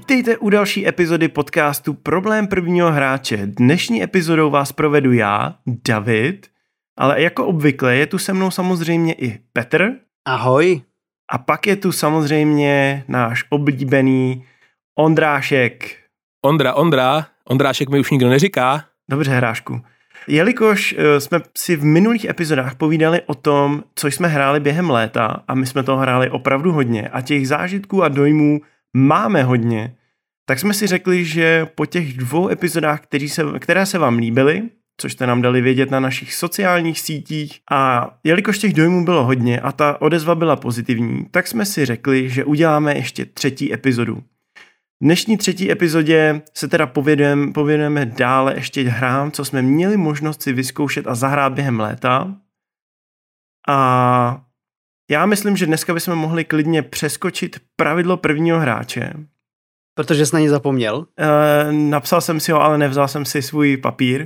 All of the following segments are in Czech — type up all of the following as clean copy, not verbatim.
Vítejte u další epizody podcastu Problém prvního hráče. Dnešní epizodou vás provedu já, David, ale jako obvykle je tu se mnou samozřejmě i Petr. Ahoj. A pak je tu samozřejmě náš oblíbený Ondrášek. Ondrášek mi už nikdo neříká. Dobře, Hrášku. Jelikož jsme si v minulých epizodách povídali o tom, co jsme hráli během léta a my jsme toho hráli opravdu hodně a těch zážitků a dojmů máme hodně, tak jsme si řekli, že po těch 2 epizodách, které se vám líbily, což jste nám dali vědět na našich sociálních sítích, a jelikož těch dojmů bylo hodně a ta odezva byla pozitivní, tak jsme si řekli, že uděláme ještě 3. epizodu. V dnešní 3. epizodě se teda povědujeme dále ještě hrám, co jsme měli možnost si vyzkoušet a zahrát během léta. A já myslím, že dneska bychom mohli klidně přeskočit pravidlo prvního hráče. Protože jsi na ně zapomněl? Napsal jsem si ho, ale nevzal jsem si svůj papír.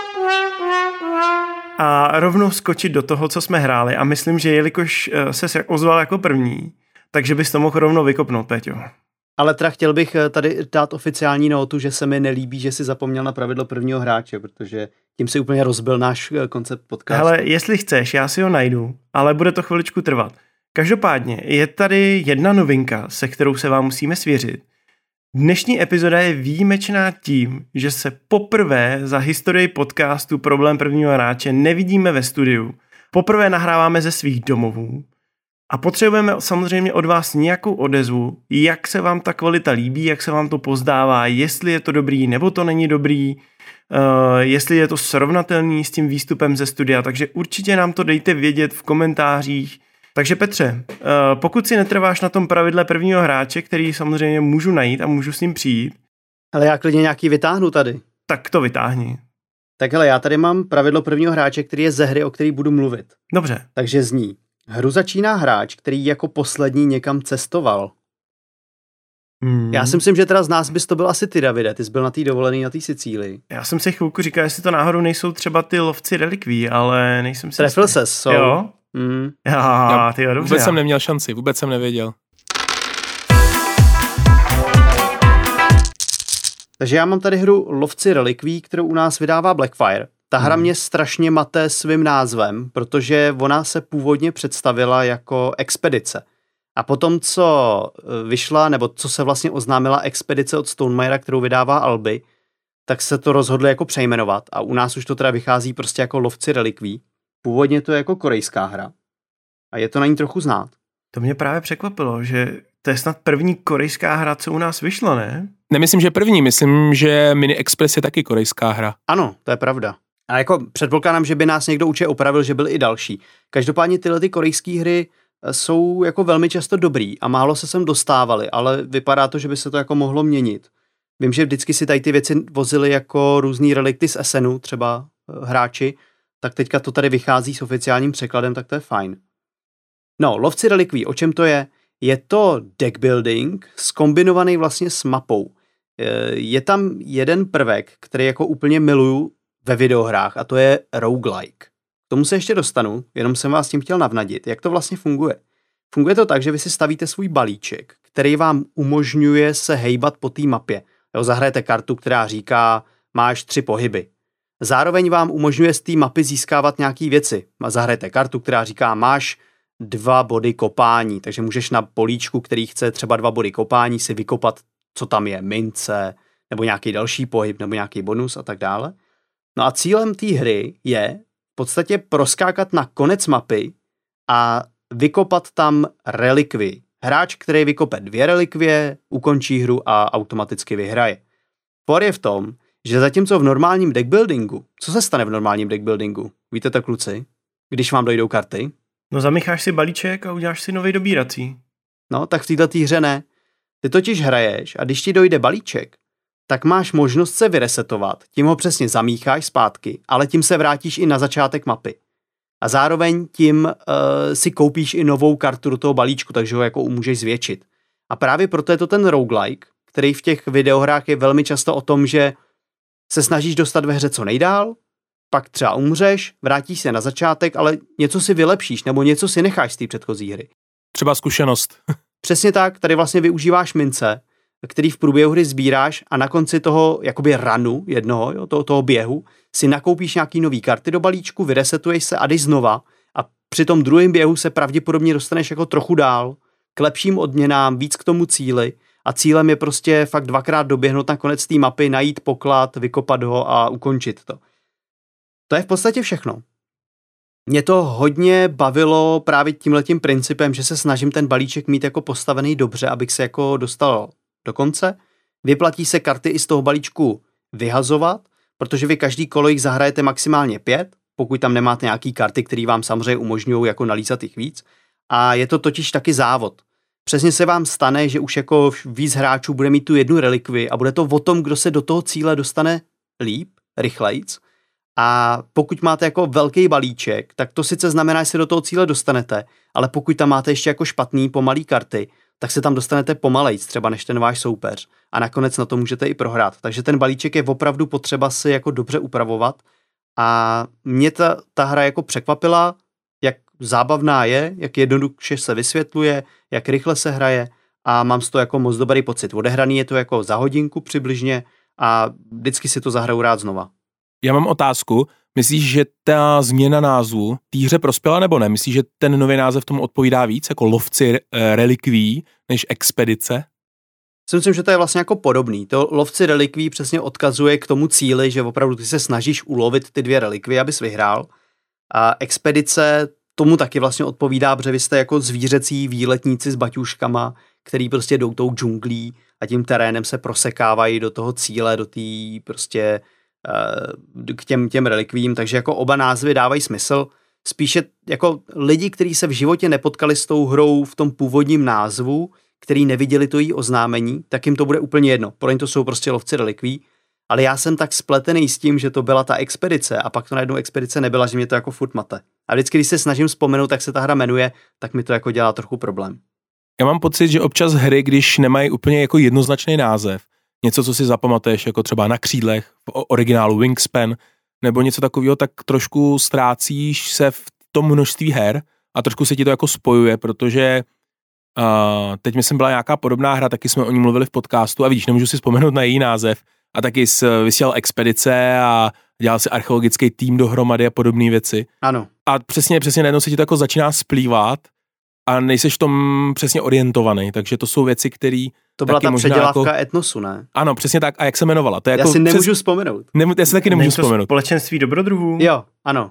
A rovnou skočit do toho, co jsme hráli. A myslím, že jelikož se ozval jako první, takže bys to mohl rovnou vykopnout, Peťo. Ale teda chtěl bych tady dát oficiální notu, že se mi nelíbí, že jsi zapomněl na pravidlo prvního hráče, protože tím si úplně rozbil náš koncept podcastu. Hele, jestli chceš, já si ho najdu, ale bude to chviličku trvat. Každopádně je tady jedna novinka, se kterou se vám musíme svěřit. Dnešní epizoda je výjimečná tím, že se poprvé za historii podcastu Problém prvního hráče nevidíme ve studiu. Poprvé nahráváme ze svých domovů. A potřebujeme samozřejmě od vás nějakou odezvu, jak se vám ta kvalita líbí, jak se vám to pozdává, jestli je to dobrý nebo to není dobrý, jestli je to srovnatelný s tím výstupem ze studia, takže určitě nám to dejte vědět v komentářích. Takže Petře, pokud si netrváš na tom pravidle prvního hráče, který samozřejmě můžu najít a můžu s ním přijít. Ale já klidně nějaký vytáhnu tady. Tak to vytáhni. Tak hele, já tady mám pravidlo prvního hráče, který je ze hry, o který budu mluvit. Dobře. Takže zní: hru začíná hráč, který jako poslední někam cestoval. Já si myslím, že teda z nás bys to byl asi ty, Davide. Ty jsi byl na té dovolený na té Sicílii. Já jsem si chvilku říkal, jestli to náhodou nejsou třeba ty lovci relikví, ale nejsem si... Trefil ses, jo? Tyjo, dobře. Vůbec jsem neměl šanci, vůbec jsem nevěděl. Takže já mám tady hru Lovci relikví, kterou u nás vydává Blackfire. Ta hra mě strašně mate svým názvem, protože ona se původně představila jako expedice. A potom, co vyšla, nebo co se vlastně oznámila expedice od Stonemaiera, kterou vydává Alby, tak se to rozhodli jako přejmenovat. A u nás už to teda vychází prostě jako Lovci relikví. Původně to je jako korejská hra. A je to na ní trochu znát. To mě právě překvapilo, že to je snad první korejská hra, co u nás vyšla, ne? Nemyslím, že první, myslím, že Mini Express je taky korejská hra. Ano, to je pravda. A jako předpokládám, že by nás někdo určitě opravil, že byly i další. Každopádně tyhle ty korejské hry jsou jako velmi často dobrý a málo se sem dostávaly, ale vypadá to, že by se to jako mohlo měnit. Vím, že vždycky si tady ty věci vozili jako různý relikty z SNu, třeba hráči, tak teďka to tady vychází s oficiálním překladem, tak to je fajn. No, Lovci relikví, o čem to je? Je to deck building zkombinovaný vlastně s mapou. Je tam jeden prvek, který jako úplně miluju ve videohrách, a to je roguelike. K tomu se ještě dostanu, jenom jsem vás tím chtěl navnadit. Jak to vlastně funguje? Funguje to tak, že vy si stavíte svůj balíček, který vám umožňuje se hejbat po té mapě. Zahrajete kartu, která říká, máš 3 pohyby. Zároveň vám umožňuje z té mapy získávat nějaké věci. Zahrajete kartu, která říká, máš 2 body kopání, takže můžeš na políčku, který chce třeba 2 body kopání, si vykopat, co tam je, mince, nebo nějaký další pohyb, nebo nějaký bonus a tak dále. No a cílem té hry je v podstatě proskákat na konec mapy a vykopat tam relikvii. Hráč, který vykope 2 relikvie, ukončí hru a automaticky vyhraje. For je v tom, že zatímco v normálním deckbuildingu, co se stane v normálním deckbuildingu? Víte to, kluci? Když vám dojdou karty? No zamícháš si balíček a uděláš si nový dobírací. No, tak v této hře ne. Ty totiž hraješ a když ti dojde balíček, tak máš možnost se vyresetovat, tím ho přesně zamícháš zpátky, ale tím se vrátíš i na začátek mapy. A zároveň tím si koupíš i novou kartu do toho balíčku, takže ho jako můžeš zvětšit. A právě proto je to ten roguelike, který v těch videohrách je velmi často o tom, že se snažíš dostat ve hře co nejdál, pak třeba umřeš, vrátíš se na začátek, ale něco si vylepšíš nebo něco si necháš z té předchozí hry. Třeba zkušenost. Přesně tak, tady vlastně využíváš mince, který v průběhu hry sbíráš a na konci toho jakoby runu jednoho, jo, toho běhu, si nakoupíš nějaký nový karty do balíčku, vyresetuješ se a jdeš znova a při tom druhém běhu se pravděpodobně dostaneš jako trochu dál, k lepším odměnám, víc k tomu cíli a cílem je prostě fakt 2krát doběhnout na konec té mapy, najít poklad, vykopat ho a ukončit to. To je v podstatě všechno. Mě to hodně bavilo právě tímhletím principem, že se snažím ten balíček mít jako postavený dobře, abych se jako dostal do konce. Vyplatí se karty i z toho balíčku vyhazovat, protože vy každý kolo jich zahrajete maximálně 5, pokud tam nemáte nějaký karty, které vám samozřejmě umožňují jako nalízat jich víc. A je to totiž taky závod. Přesně se vám stane, že už jako víc hráčů bude mít tu jednu relikvi a bude to o tom, kdo se do toho cíle dostane líp, rychlejc. A pokud máte jako velký balíček, tak to sice znamená, že se do toho cíle dostanete, ale pokud tam máte ještě jako špatný, pomalý karty, tak se tam dostanete pomalejc, třeba než ten váš soupeř. A nakonec na to můžete i prohrát. Takže ten balíček je opravdu potřeba si jako dobře upravovat. A mě ta hra jako překvapila, jak zábavná je, jak jednoduše se vysvětluje, jak rychle se hraje a mám z toho jako moc dobrý pocit. Odehraný je to jako za hodinku přibližně a vždycky si to zahraju rád znova. Já mám otázku. Myslíš, že ta změna názvu té hře prospěla nebo ne? Myslíš, že ten nový název tomu odpovídá víc, jako lovci relikví, než expedice? Myslím, že to je vlastně jako podobný. To lovci relikví přesně odkazuje k tomu cíli, že opravdu ty se snažíš ulovit ty 2 relikvie, abys vyhrál. A expedice tomu taky vlastně odpovídá, protože vy jste jako zvířecí výletníci s baťuškama, který prostě jdou tou džunglí a tím terénem se prosekávají do toho cíle, do té prostě k těm relikvím, takže jako oba názvy dávají smysl. Spíše jako lidi, kteří se v životě nepotkali s tou hrou v tom původním názvu, který neviděli to její oznámení, tak jim to bude úplně jedno. Pro ně to jsou prostě lovci relikví, ale já jsem tak spletený s tím, že to byla ta expedice a pak to najednou expedice nebyla, že mě to jako furt mate. A vždycky, když se snažím vzpomenout, jak se ta hra jmenuje, tak mi to jako dělá trochu problém. Já mám pocit, že občas hry, když nemají úplně jako jednoznačný název, něco, co si zapamatuješ, jako třeba Na křídlech, v originálu Wingspan, nebo něco takového, tak trošku ztrácíš se v tom množství her a trošku se ti to jako spojuje, protože teď myslím byla nějaká podobná hra, taky jsme o ní mluvili v podcastu a vidíš, nemůžu si vzpomenout na její název a taky vysílal expedice a dělal si archeologický tým dohromady a podobné věci. Ano. A přesně najednou se ti to jako začíná splývat a nejseš v tom přesně orientovaný, takže to jsou věci, které to byla ta předělávka jako Etnosu, ne? Ano, přesně tak. A jak se jmenovala? To je já jako si nemůžu vzpomenout. Já si taky nemůžu vzpomenout. Společenství dobrodruhů? Jo, ano.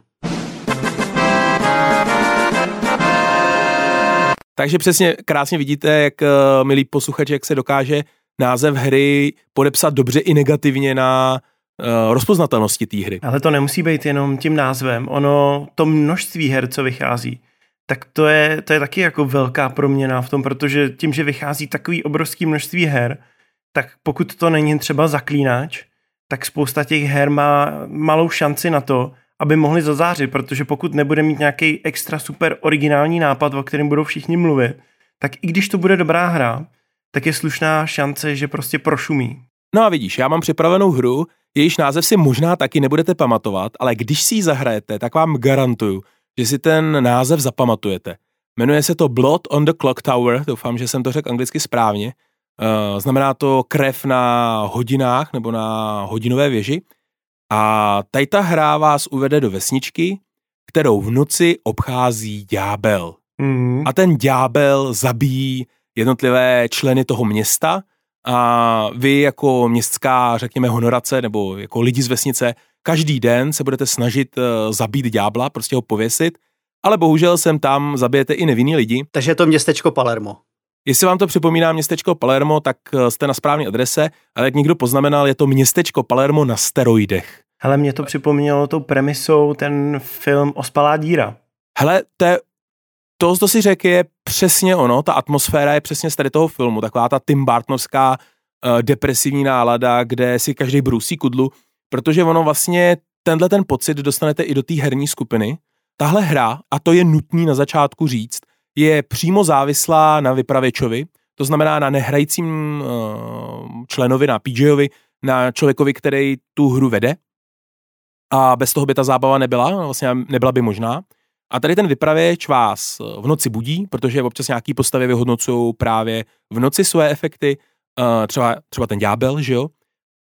Takže přesně krásně vidíte, jak milí posluchači, jak se dokáže název hry podepsat dobře i negativně na rozpoznatelnosti té hry. Ale to nemusí být jenom tím názvem. Ono, to množství her, co vychází, tak to je taky jako velká proměna v tom, protože tím, že vychází takový obrovský množství her, tak pokud to není třeba Zaklínač, tak spousta těch her má malou šanci na to, aby mohli zazářit, protože pokud nebude mít nějaký extra super originální nápad, o kterém budou všichni mluvit, tak i když to bude dobrá hra, tak je slušná šance, že prostě prošumí. No a vidíš, já mám připravenou hru, jejíž název si možná taky nebudete pamatovat, ale když si ji zahrajete, tak vám garantuju, že si ten název zapamatujete. Jmenuje se to Blood on the Clock Tower, doufám, že jsem to řekl anglicky správně. Znamená to krev na hodinách nebo na hodinové věži. A tady ta hra vás uvede do vesničky, kterou v noci obchází ďábel. A ten ďábel zabíjí jednotlivé členy toho města a vy jako městská, řekněme, honorace nebo jako lidi z vesnice každý den se budete snažit zabít ďábla, prostě ho pověsit, ale bohužel sem tam zabijete i nevinný lidi. Takže je to městečko Palermo. Jestli vám to připomíná městečko Palermo, tak jste na správné adrese, ale jak někdo poznamenal, je to městečko Palermo na steroidech. Hele, mě to připomnělo tou premisou ten film Ospalá díra. Hele, to si řekl, je přesně ono, ta atmosféra je přesně z tady toho filmu, taková ta Tim Burtonovská depresivní nálada, kde si každý brousí kudlu, protože ono vlastně tenhle ten pocit dostanete i do té herní skupiny. Tahle hra, a to je nutný na začátku říct, je přímo závislá na vypravěčovi, to znamená na nehrajícím členovi, na PJovi, na člověkovi, který tu hru vede. A bez toho by ta zábava nebyla, vlastně nebyla by možná. A tady ten vypravěč vás v noci budí, protože občas nějaký postavy vyhodnocují právě v noci své efekty třeba ten ďábel, že jo,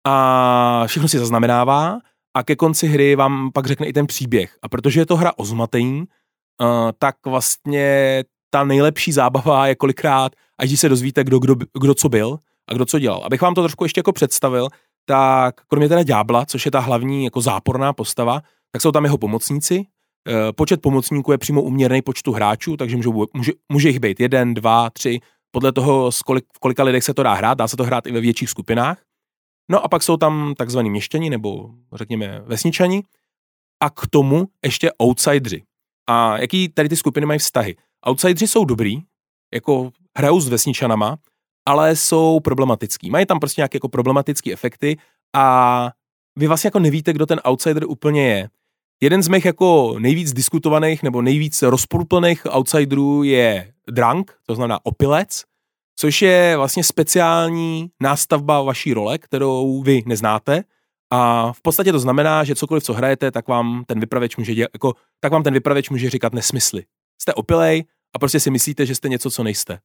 a všechno si zaznamenává a ke konci hry vám pak řekne i ten příběh. A protože je to hra o zmatení, tak vlastně ta nejlepší zábava je kolikrát, až když se dozvíte, kdo co byl a kdo co dělal. Abych vám to trošku ještě jako představil, tak kromě teda ďábla, což je ta hlavní jako záporná postava, tak jsou tam jeho pomocníci. Počet pomocníků je přímo uměrný počtu hráčů, takže může jich být 1, 2, 3, podle toho, v kolika lidech se to dá hrát, dá se to hrát i ve větších skupinách. No a pak jsou tam takzvaný měšťani, nebo řekněme vesničani, a k tomu ještě outsidři. A jaký tady ty skupiny mají vztahy? Outsidři jsou dobrý, jako hrajou s vesničanama, ale jsou problematický. Mají tam prostě nějaké jako problematické efekty a vy vlastně jako nevíte, kdo ten outsider úplně je. Jeden z mých jako nejvíc diskutovaných nebo nejvíc rozporuplných outsiderů je drunk, to znamená opilec, což je vlastně speciální nástavba vaší role, kterou vy neznáte. A v podstatě to znamená, že cokoliv, co hrajete, tak vám ten vypravěč může říkat nesmysly. Jste opilej a prostě si myslíte, že jste něco, co nejste.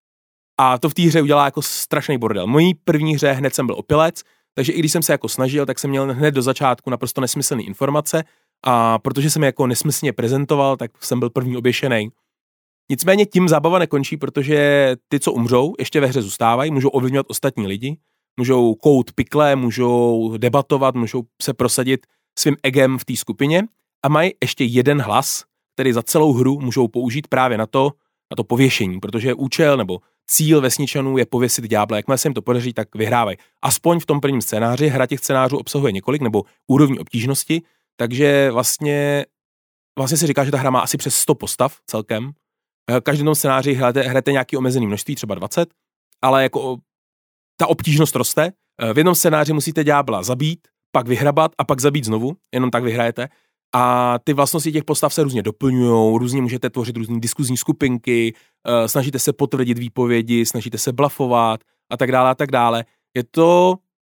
A to v té hře udělá jako strašný bordel. Mojí první hře hned jsem byl opilec, takže i když jsem se jako snažil, tak jsem měl hned do začátku naprosto nesmyslné informace a protože jsem je jako nesmyslně prezentoval, tak jsem byl první oběšenej. Nicméně tím zábava nekončí, protože ty, co umřou, ještě ve hře zůstávají, můžou ovlivňovat ostatní lidi, můžou kout pikle, můžou debatovat, můžou se prosadit svým egem v té skupině a mají ještě jeden hlas, který za celou hru můžou použít právě na to pověšení, protože účel nebo cíl vesničanů je pověsit ďábla. Jakmile se jim to podaří, tak vyhrávají. Aspoň v tom prvním scénáři, hra těch scénářů obsahuje několik nebo úrovní obtížnosti, takže vlastně se říká, že ta hra má asi přes 100 postav celkem. V každém tom scénáři hrajete nějaký omezený množství, třeba 20, ale jako ta obtížnost roste. V jednom scénáři musíte ďábla zabít, pak vyhrabat a pak zabít znovu, jenom tak vyhrajete. A ty vlastnosti těch postav se různě doplňují, různě můžete tvořit různé diskuzní skupinky, snažíte se potvrdit výpovědi, snažíte se blafovat a tak dále a tak dále. Je to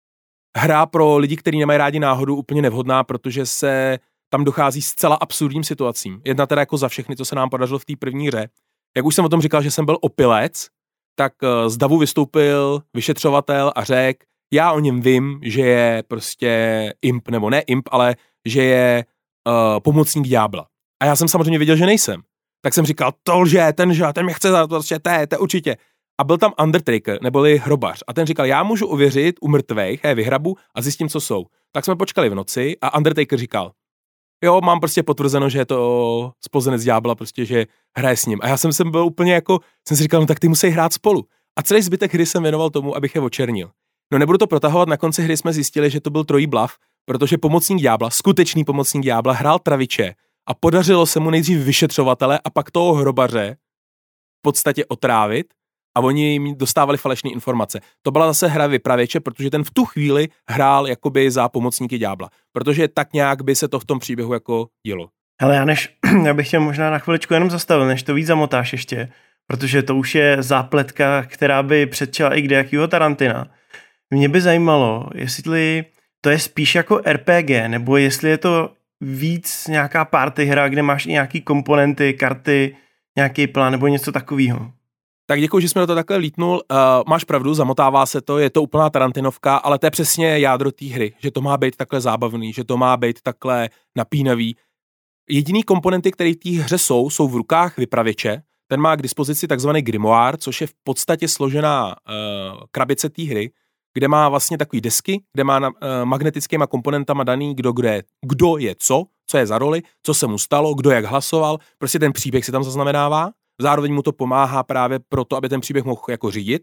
hra pro lidi, kteří nemají rádi náhodu, úplně nevhodná, protože se tam dochází zcela absurdním situacím. Jedna teda jako za všechny, co se nám podařilo v té první hře. Jak už jsem o tom říkal, že jsem byl opilec, tak z davu vystoupil vyšetřovatel a řekl, já o něm vím, že je prostě imp, nebo ne imp, ale že je pomocník ďábla. A já jsem samozřejmě věděl, že nejsem. Tak jsem říkal, to lže, ten mě chce za to, to určitě. A byl tam Undertaker, neboli hrobař. A ten říkal, já můžu ověřit u mrtvejch, vyhrabu a zjistím, co jsou. Tak jsme počkali v noci a Undertaker říkal, jo, mám prostě potvrzeno, že je to spozenec ďábla, prostě, že hraje s ním. A já jsem byl úplně jako, jsem si říkal, no tak ty musí hrát spolu. A celý zbytek hry jsem věnoval tomu, abych je očernil. No nebudu to protahovat, na konci hry jsme zjistili, že to byl trojí bluff, protože pomocník ďábla, skutečný pomocník ďábla, hrál traviče a podařilo se mu nejdřív vyšetřovatele a pak toho hrobaře v podstatě otrávit a oni jim dostávali falešné informace. To byla zase hra vypravěče, protože ten v tu chvíli hrál jakoby za pomocníky ďábla, protože tak nějak by se to v tom příběhu jako dělo. Hele, já bych tě možná na chviličku jenom zastavil, než to víc zamotáš ještě, protože to už je zápletka, která by předčila i kdejakýho Tarantina. Mě by zajímalo, jestli to je spíš jako RPG, nebo jestli je to víc nějaká party hra, kde máš i nějaký komponenty, karty, nějaký plán nebo něco takového. Tak děkuji, že jsme do toho takhle lítnul. Máš pravdu, zamotává se to, je to úplná Tarantinovka, ale to je přesně jádro té hry, že to má být takhle zábavný, že to má být takhle napínavý. Jediný komponenty, které v té hře jsou v rukách vypravěče. Ten má k dispozici takzvaný grimoire, což je v podstatě složená krabice té hry, kde má vlastně takový desky, kde má magnetickýma komponentama daný, kdo je co je za roli, co se mu stalo, kdo jak hlasoval, prostě ten příběh si tam zaznamenává, zároveň mu to pomáhá právě proto, aby ten příběh mohl jako řídit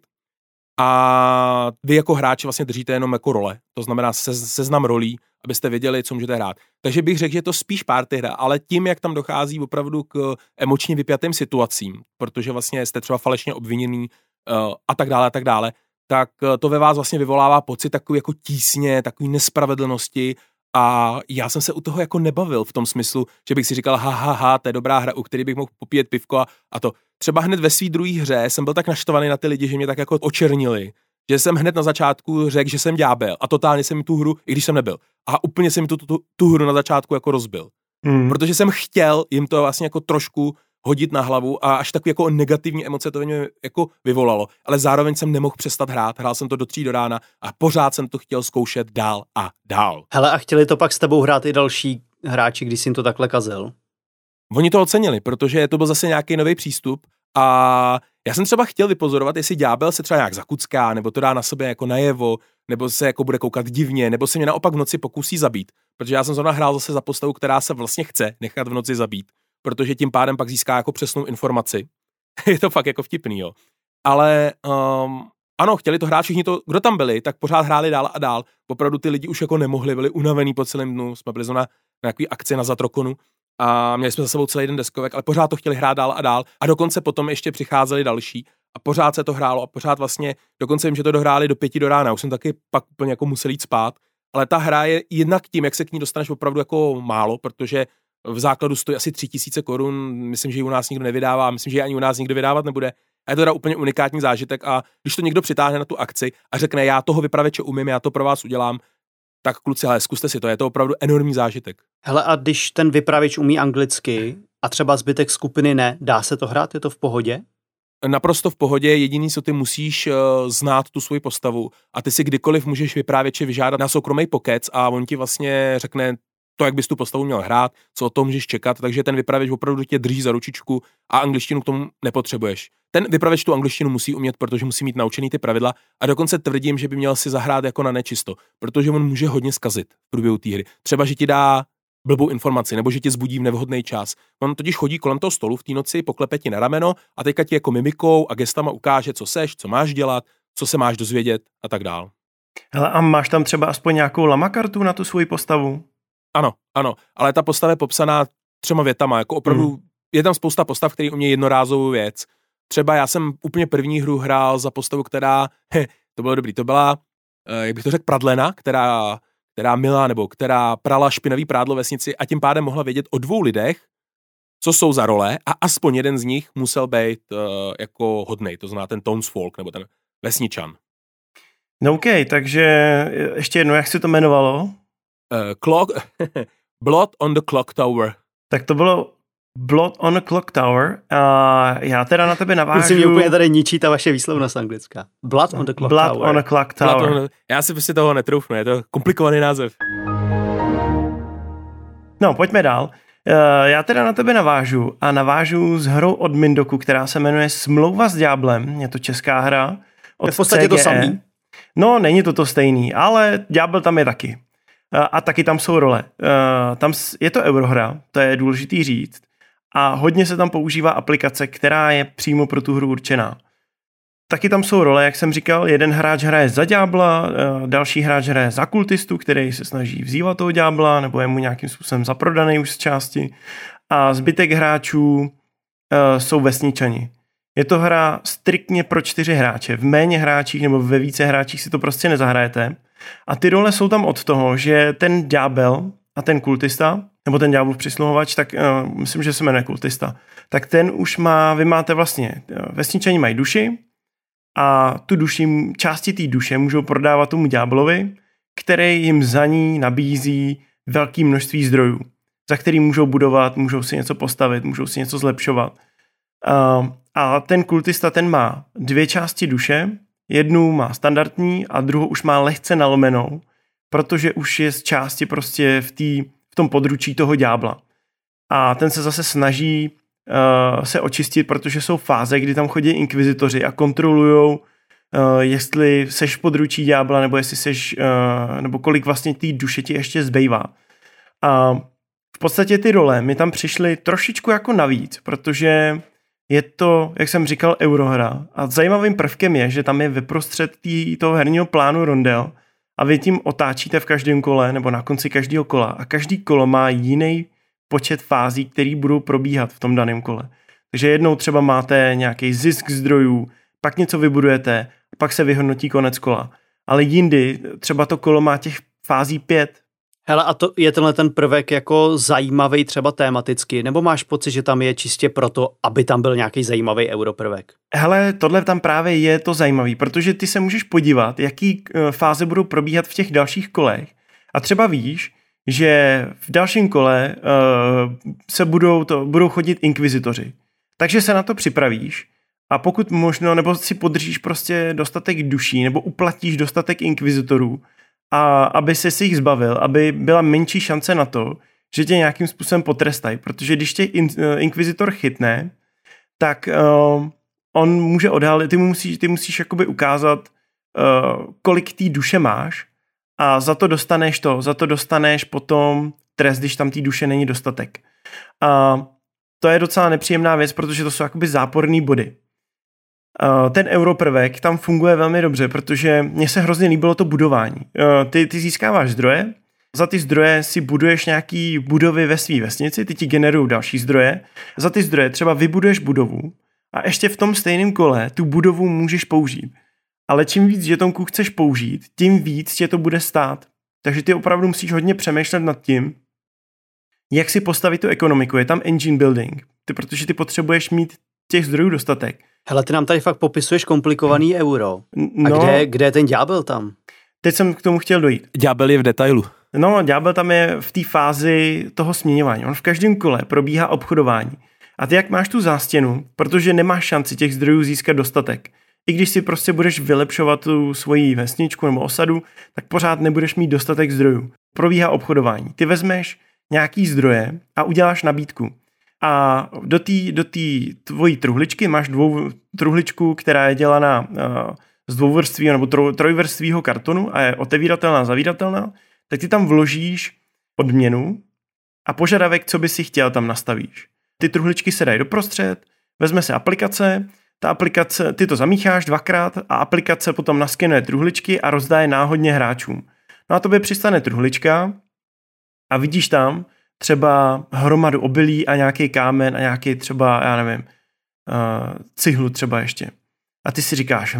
a vy jako hráči vlastně držíte jenom jako role, to znamená seznam rolí, abyste věděli, co můžete hrát. Takže bych řekl, že je to spíš party hra, ale tím, jak tam dochází opravdu k emočně vypjatým situacím, protože vlastně jste třeba falešně obviněný a tak dále, tak to ve vás vlastně vyvolává pocit takový jako tísně, takový nespravedlnosti a já jsem se u toho jako nebavil v tom smyslu, že bych si říkal, to je dobrá hra, u který bych mohl popíjet pivko a to. Třeba hned ve své druhé hře jsem byl tak naštvaný na ty lidi, že mě tak jako očernili, že jsem hned na začátku řekl, že jsem ďábel a totálně jsem mi tu hru, i když jsem nebyl, a úplně jsem mi tu hru na začátku jako rozbil. Protože jsem chtěl jim to vlastně jako trošku hodit na hlavu a až takový jako negativní emoce to ve mně jako vyvolalo. Ale zároveň jsem nemohl přestat hrál jsem to do 3 do rána a pořád jsem to chtěl zkoušet dál a dál. Hele, a chtěli to pak s tebou hrát i další hráči, když jsi jim to takhle kazil? Oni to ocenili, protože to byl zase nějaký nový přístup a já jsem třeba chtěl vypozorovat, jestli ďábel se třeba nějak zakucká, nebo to dá na sobě jako najevo, nebo se jako bude koukat divně, nebo se mě naopak v noci pokusí zabít, protože já jsem zrovna hrál zase za postavu, která se vlastně chce nechat v noci zabít, protože tím pádem pak získá jako přesnou informaci. Je to fakt jako vtipný, jo. Ale ano, chtěli to hrát všichni, kdo tam byli, tak pořád hráli dál a dál. Opravdu ty lidi už jako nemohli, byli unavený po celém dnu, jsme byli na nějaký akci na Zatrokonu a měli jsme za sebou celý den deskovek, ale pořád to chtěli hrát dál a dál a dokonce potom ještě přicházeli další a pořád se to hrálo a pořád vlastně, dokonce vím, že to dohráli do 5 do rána, už jsem taky pak úplně jako musel jít spát, ale ta hra je jednak tím, jak se k ní dostaneš opravdu jako málo, protože v základu stojí asi 3000 korun, myslím, že ji u nás nikdo nevydává, myslím, že ji ani u nás nikdo vydávat nebude. A je to teda úplně unikátní zážitek a když to někdo přitáhne na tu akci a řekne, já toho vypravěče umím, já to pro vás udělám, tak kluci, ale zkuste si to, je to opravdu enormní zážitek. Hele, a když ten vypravěč umí anglicky a třeba zbytek skupiny ne, dá se to hrát, je to v pohodě? Naprosto v pohodě, jediný, co ty musíš znát tu svoji postavu a ty si kdykoliv můžeš vypravěče vyžádat na soukromý pokec a on ti vlastně řekne to, jak bys tu postavu měl hrát, co o tom můžeš čekat, takže ten vypravěč opravdu tě drží za ručičku a angličtinu k tomu nepotřebuješ. Ten vypravěč tu angličtinu musí umět, protože musí mít naučený ty pravidla a dokonce tvrdím, že by měl si zahrát jako na nečisto, protože on může hodně zkazit v průběhu té hry. Třeba, že ti dá blbou informaci, nebo že tě zbudí v nevhodný čas. On totiž chodí kolem toho stolu v té noci, poklepe ti na rameno a teďka ti jako mimikou a gestama ukáže, co seš, co máš dělat, co se máš dozvědět a tak dál. Hele, a máš tam třeba aspoň nějakou lamakartu na tu svoji postavu? Ano, ale ta postava je popsaná 3 větama, jako opravdu je tam spousta postav, který umějí jednorázovou věc. Třeba já jsem úplně první hru hrál za postavu, která, to bylo dobrý, to byla, jak bych to řekl, pradlena, která myla nebo která prala špinavý prádlo vesnici a tím pádem mohla vědět o 2 lidech, co jsou za role a aspoň jeden z nich musel být jako hodnej, to znamená ten townsfolk nebo ten vesničan. No OK, takže ještě jedno, jak se to jmenovalo? Blood on the Clock Tower. Tak to bylo Blood on the Clock Tower a já teda na tebe navážu. Musím mě úplně tady ničí ta vaše výslovnost anglická. Blood on the Clock Tower. Blood on the Clock Tower. Já si prostě toho netroufnu, je to komplikovaný název. No, pojďme dál. Já teda na tebe navážu s hrou od Mindoku, která se jmenuje Smlouva s ďáblem. Je to česká hra. Je v podstatě to samý. No, není to stejný, ale ďábel tam je taky. A taky tam jsou role. Tam je to eurohra, to je důležitý říct. A hodně se tam používá aplikace, která je přímo pro tu hru určená. Taky tam jsou role, jak jsem říkal, jeden hráč hraje za ďábla, další hráč hraje za kultistu, který se snaží vzývat toho ďábla, nebo je mu nějakým způsobem zaprodaný už z části. A zbytek hráčů jsou vesničani. Je to hra striktně pro 4 hráče. V méně hráčích nebo ve více hráčích si to prostě nezahrajete. A ty role jsou tam od toho, že ten ďábel a ten kultista, nebo ten ďáblův přisluhovač, tak myslím, že se jmenuje kultista, tak ten už vy máte vlastně, vesničani mají duši a tu duši, části té duše můžou prodávat tomu ďáblovi, který jim za ní nabízí velké množství zdrojů, za který můžou budovat, můžou si něco postavit, můžou si něco zlepšovat. A ten kultista, ten má 2 části duše, jednu má standardní a druhou už má lehce nalomenou, protože už je z části prostě v tom područí toho ďábla. A ten se zase snaží se očistit, protože jsou fáze, kdy tam chodí inkvizitoři a kontrolujou, jestli seš v područí ďábla, nebo jestli seš, nebo kolik vlastně té duše ti ještě zbývá. A v podstatě ty role mi tam přišly trošičku jako navíc, protože je to, jak jsem říkal, eurohra. A zajímavým prvkem je, že tam je vyprostřed toho herního plánu rondel a vy tím otáčíte v každém kole nebo na konci každého kola. A každý kolo má jiný počet fází, které budou probíhat v tom daném kole. Takže jednou třeba máte nějaký zisk zdrojů, pak něco vybudujete, pak se vyhodnotí konec kola. Ale jindy třeba to kolo má těch fází 5. Hele, a to je tenhle ten prvek jako zajímavý třeba tematicky, nebo máš pocit, že tam je čistě proto, aby tam byl nějaký zajímavý europrvek? Hele, tohle tam právě je to zajímavý, protože ty se můžeš podívat, jaký fáze budou probíhat v těch dalších kolech. A třeba víš, že v dalším kole budou chodit inkvizitoři. Takže se na to připravíš a pokud možno, nebo si podržíš prostě dostatek duší, nebo uplatíš dostatek inkvizitorů, a aby se jich zbavil, aby byla menší šance na to, že tě nějakým způsobem potrestají, protože když tě inkvizitor chytne, tak on může odhalit, ty musíš jakoby ukázat, kolik té duše máš a za to dostaneš potom trest, když tam té duše není dostatek. A to je docela nepříjemná věc, protože to jsou jakoby záporný body. Ten europrvek tam funguje velmi dobře, protože mně se hrozně líbilo to budování. Ty získáváš zdroje, za ty zdroje si buduješ nějaký budovy ve své vesnici, ty ti generují další zdroje, za ty zdroje třeba vybuduješ budovu a ještě v tom stejném kole tu budovu můžeš použít. Ale čím víc žetonků chceš použít, tím víc tě to bude stát. Takže ty opravdu musíš hodně přemýšlet nad tím, jak si postavit tu ekonomiku. Je tam engine building, protože ty potřebuješ mít těch zdrojů dostatek. Hele, ty nám tady fakt popisuješ komplikovaný euro. A kde je ten ďábel tam? Teď jsem k tomu chtěl dojít. Ďábel je v detailu. No, ďábel tam je v té fázi toho směňování. On v každém kole probíhá obchodování. A ty jak máš tu zástěnu, protože nemáš šanci těch zdrojů získat dostatek. I když si prostě budeš vylepšovat tu svoji vesničku nebo osadu, tak pořád nebudeš mít dostatek zdrojů. Probíhá obchodování. Ty vezmeš nějaký zdroje a uděláš nabídku. A do té tvojí truhličky máš truhličku, která je dělaná z dvouvrstvého nebo trojvrstvého kartonu a je otevíratelná, zavíratelná, tak ty tam vložíš odměnu a požadavek, co by si chtěl, tam nastavíš. Ty truhličky se dají doprostřed, vezme se aplikace, ty to zamícháš dvakrát a aplikace potom naskenuje truhličky a rozdá je náhodně hráčům. No a tobě přistane truhlička a vidíš tam třeba hromadu obilí a nějaký kámen a nějaký třeba, já nevím, cihlu třeba ještě. A ty si říkáš,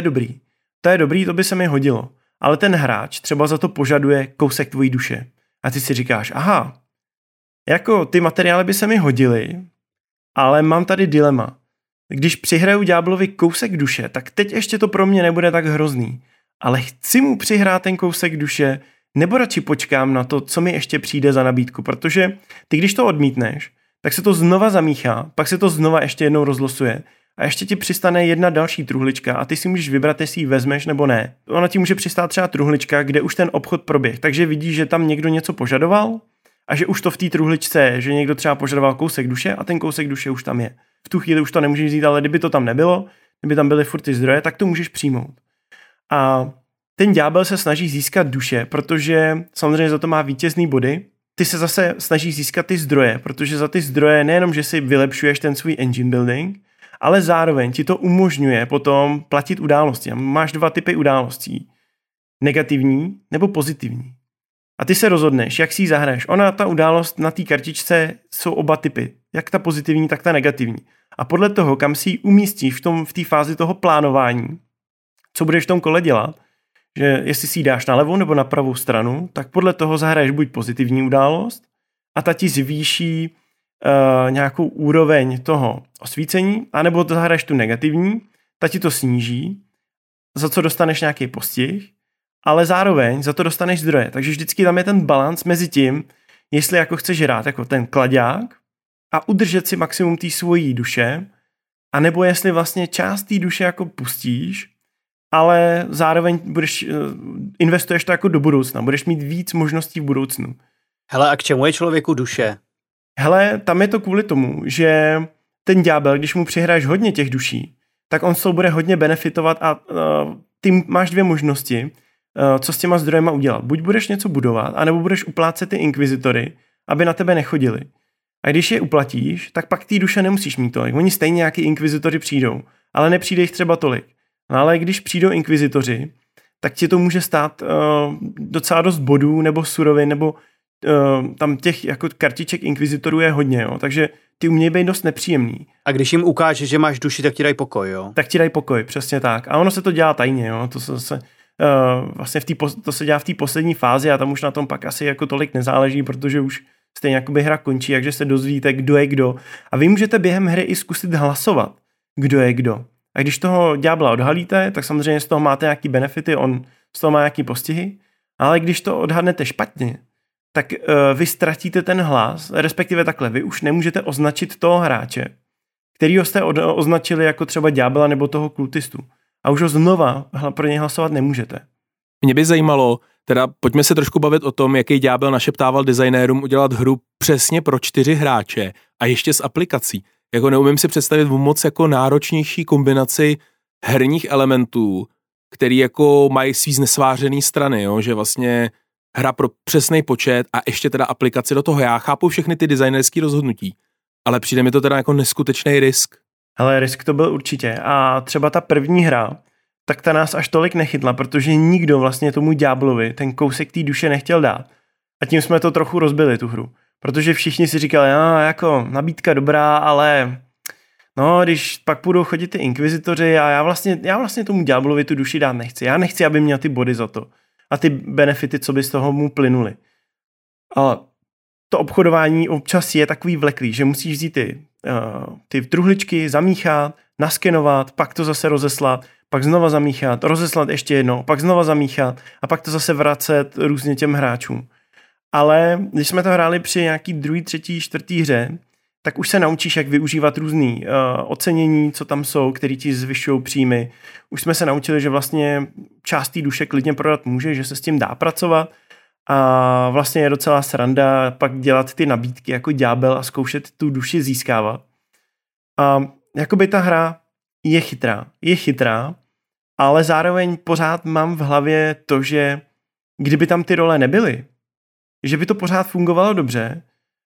to je dobrý, to by se mi hodilo. Ale ten hráč třeba za to požaduje kousek tvojí duše. A ty si říkáš, aha, jako ty materiály by se mi hodily, ale mám tady dilema. Když přihraju ďáblovi kousek duše, tak teď ještě to pro mě nebude tak hrozný. Ale chci mu přihrát ten kousek duše, nebo radši počkám na to, co mi ještě přijde za nabídku, protože ty, když to odmítneš, tak se to znova zamíchá, pak se to znova ještě jednou rozlosuje a ještě ti přistane jedna další truhlička a ty si můžeš vybrat, jestli ji vezmeš nebo ne. Ona ti může přistát třeba truhlička, kde už ten obchod proběh, takže vidíš, že tam někdo něco požadoval a že už to v té truhličce, že někdo třeba požadoval kousek duše a ten kousek duše už tam je. V tu chvíli už to nemůžeš vzít, ale kdyby to tam nebylo, kdyby tam byly furt ty zdroje, tak to můžeš přijmout. A ten ďábel se snaží získat duše, protože samozřejmě za to má vítězný body. Ty se zase snažíš získat ty zdroje, protože za ty zdroje nejenom, že si vylepšuješ ten svůj engine building, ale zároveň ti to umožňuje potom platit události. A máš 2 typy událostí. Negativní nebo pozitivní. A ty se rozhodneš, jak si ji zahraješ. Ta událost na té kartičce jsou oba typy. Jak ta pozitivní, tak ta negativní. A podle toho, kam si ji umístíš v té fázi toho plánování, co budeš v tom kole dělat, že jestli si ji dáš na levou nebo na pravou stranu, tak podle toho zahraješ buď pozitivní událost a ta ti zvýší nějakou úroveň toho osvícení, anebo to zahraješ tu negativní, ta ti to sníží, za co dostaneš nějaký postih, ale zároveň za to dostaneš zdroje. Takže vždycky tam je ten balanc mezi tím, jestli jako chceš hrát jako ten klaďák a udržet si maximum té svojí duše, anebo jestli vlastně část té duše jako pustíš, ale zároveň investuješ to jako do budoucna. Budeš mít víc možností v budoucnu. Hele, a k čemu je člověku duše? Hele, tam je to kvůli tomu, že ten ďábel, když mu přihraješ hodně těch duší, tak on s tou bude hodně benefitovat a ty máš 2 možnosti, co s těma zdrojema udělat. Buď budeš něco budovat, anebo budeš uplácet ty inkvizitory, aby na tebe nechodili. A když je uplatíš, tak pak ty duše nemusíš mít tolik. Oni stejně nějaký inkvizitory přijdou, ale nepřijde jich třeba tolik. No ale když přijdou inkvizitoři, tak ti to může stát docela dost bodů nebo surovin, nebo tam těch jako kartiček inkvizitorů je hodně, jo? Takže ty umějí být dost nepříjemný. A když jim ukážeš, že máš duši, tak ti dají pokoj, jo? Tak ti dají pokoj, přesně tak. A ono se to dělá tajně, jo? Vlastně to se dělá v té poslední fázi a tam už na tom pak asi jako tolik nezáleží, protože už stejně jakoby hra končí, takže se dozvíte, kdo je kdo. A vy můžete během hry i zkusit hlasovat, kdo je kdo. A když toho ďábla odhalíte, tak samozřejmě z toho máte nějaký benefity, on z toho má nějaký postihy, ale když to odhadnete špatně, tak vy ztratíte ten hlas, respektive takhle, vy už nemůžete označit toho hráče, kterýho jste označili jako třeba ďábela nebo toho kultistu. A už ho znova pro něj hlasovat nemůžete. Mě by zajímalo, teda pojďme se trošku bavit o tom, jaký ďábel našeptával designérům udělat hru přesně pro 4 hráče a ještě s aplikací. Jako neumím si představit moc jako náročnější kombinaci herních elementů, který jako mají svý znesvářený strany, jo? Že vlastně hra pro přesný počet a ještě teda aplikaci do toho. Já chápu všechny ty designerské rozhodnutí, ale přijde mi to teda jako neskutečný risk. Hele, risk to byl určitě a třeba ta první hra, tak ta nás až tolik nechytla, protože nikdo vlastně tomu ďáblovi ten kousek té duše nechtěl dát. A tím jsme to trochu rozbili, tu hru. Protože všichni si říkali, jako nabídka dobrá, ale no, když pak budou chodit ty inkvizitoři a já vlastně tomu ďáblovi tu duši dát nechci. Já nechci, aby měl ty body za to. A ty benefity, co by z toho mu plynuly. A to obchodování občas je takový vleklý, že musíš vzít ty truhličky, zamíchat, naskenovat, pak to zase rozeslat, pak znova zamíchat, rozeslat ještě jednou, pak znova zamíchat a pak to zase vracet různě těm hráčům. Ale když jsme to hráli při nějaký 2., 3., 4. hře, tak už se naučíš, jak využívat různý ocenění, co tam jsou, který ti zvyšují příjmy. Už jsme se naučili, že vlastně část té duše klidně prodat může, že se s tím dá pracovat a vlastně je docela sranda pak dělat ty nabídky jako ďábel a zkoušet tu duši získávat. A jakoby ta hra je chytrá, ale zároveň pořád mám v hlavě to, že kdyby tam ty role nebyly, že by to pořád fungovalo dobře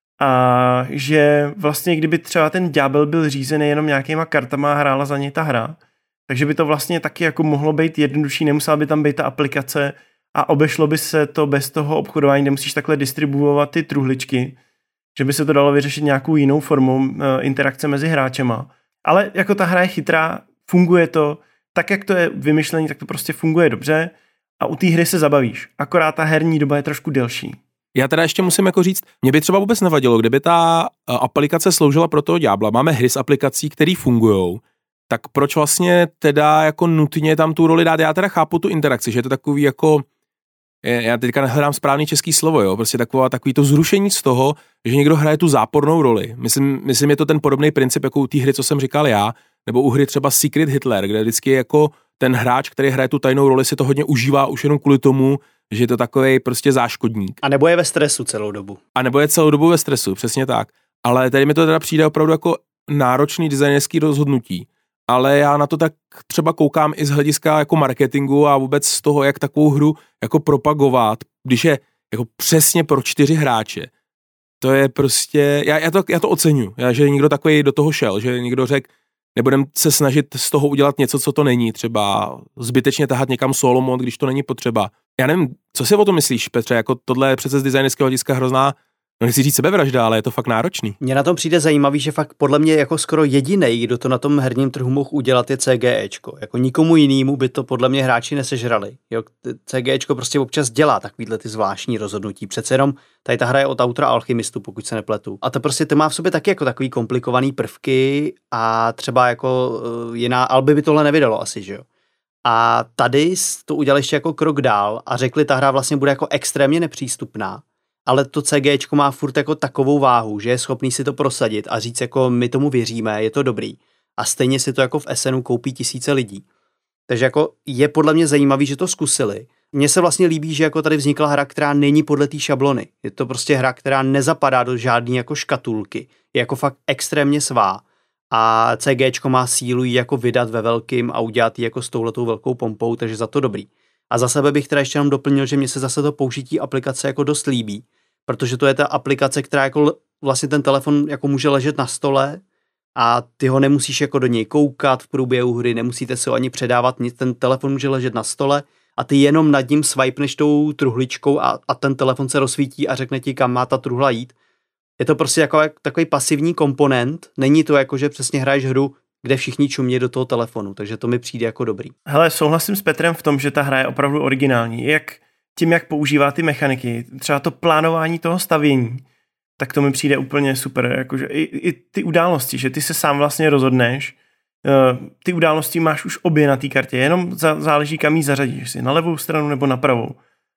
a že vlastně kdyby třeba ten ďábel byl řízený jenom nějakýma kartama a hrála za něj ta hra, takže by to vlastně taky jako mohlo být jednodušší, nemusela by tam být ta aplikace a obešlo by se to bez toho obchodování, kde musíš takhle distribuovat ty truhličky, že by se to dalo vyřešit nějakou jinou formou interakce mezi hráčema. Ale jako ta hra je chytrá, funguje to, tak jak to je vymyšlený, tak to prostě funguje dobře a u té hry se zabavíš. Akorát ta herní doba je trošku delší. Já teda ještě musím jako říct, mě by třeba vůbec nevadilo, kdyby ta aplikace sloužila pro toho ďábla. Máme hry s aplikací, které fungujou, tak proč vlastně teda jako nutně tam tu roli dát? Já teda chápu tu interakci, že je to takový jako, já teďka nehledám správný český slovo, jo, prostě takový to zrušení z toho, že někdo hraje tu zápornou roli. Myslím, je to ten podobný princip jako u té hry, co jsem říkal já, nebo u hry třeba Secret Hitler, kde vždycky jako ten hráč, který hraje tu tajnou roli, si to hodně užívá už jenom kvůli tomu, že je to takovej prostě záškodník. A nebo je ve stresu celou dobu. A nebo je celou dobu ve stresu, přesně tak. Ale tady mi to teda přijde opravdu jako náročný designerský rozhodnutí. Ale já na to tak třeba koukám i z hlediska jako marketingu a vůbec z toho, jak takovou hru jako propagovat, když je jako přesně pro 4 hráče. To je prostě, já to oceňuji, že někdo takový do toho šel, že někdo řekl, nebudem se snažit z toho udělat něco, co to není, třeba zbytečně tahat někam solo mod, když to není potřeba. Já nevím, co si o tom myslíš, Petře, jako tohle je přece z designerského hlediska hrozná, no nechci říct sebevražda, ale je to fakt náročný. Mně na tom přijde zajímavý, že fakt podle mě jako skoro jedinej, kdo to na tom herním trhu mohl udělat, je CGEčko. Jako nikomu jinému by to podle mě hráči nesežrali. Jo, CGEčko prostě občas dělá takovýhle ty zvláštní rozhodnutí. Přece jenom tady ta hra je od autora Alchymistu, pokud se nepletu. A to prostě to má v sobě taky jako takový komplikovaný prvky a třeba jako jiná Alby by tohle nevydalo asi, že jo. A tady to udělali ještě jako krok dál a řekli, ta hra vlastně bude jako extrémně nepřístupná. Ale to CGčko má furt jako takovou váhu, že je schopný si to prosadit a říct jako my tomu věříme, je to dobrý. A stejně si to jako v SNu koupí tisíce lidí. Takže jako je podle mě zajímavý, že to zkusili. Mně se vlastně líbí, že jako tady vznikla hra, která není podle té šablony. Je to prostě hra, která nezapadá do žádný jako škatulky. Je jako fakt extrémně svá. A CGčko má sílu ji jako vydat ve velkým a udělat ji jako s touhletou velkou pompou, takže za to dobrý. A za sebe bych teda ještě jenom doplnil, že mně se zase to použití aplikace jako dost líbí, protože to je ta aplikace, která jako vlastně ten telefon jako může ležet na stole a ty ho nemusíš jako do něj koukat v průběhu hry, nemusíte se ho ani předávat nic, ten telefon může ležet na stole a ty jenom nad ním swipeneš tou truhličkou a ten telefon se rozsvítí a řekne ti, kam má ta truhla jít. Je to prostě jako takový pasivní komponent, není to jako, že přesně hraješ hru, kde všichni čumějí do toho telefonu, takže to mi přijde jako dobrý. Hele, souhlasím s Petrem v tom, že ta hra je opravdu originální. Jak používá ty mechaniky, třeba to plánování toho stavění, tak to mi přijde úplně super. Jakože i ty události, že ty se sám vlastně rozhodneš, ty události máš už obě na té kartě, jenom záleží, kam jí zařadíš, jestli na levou stranu nebo na pravou.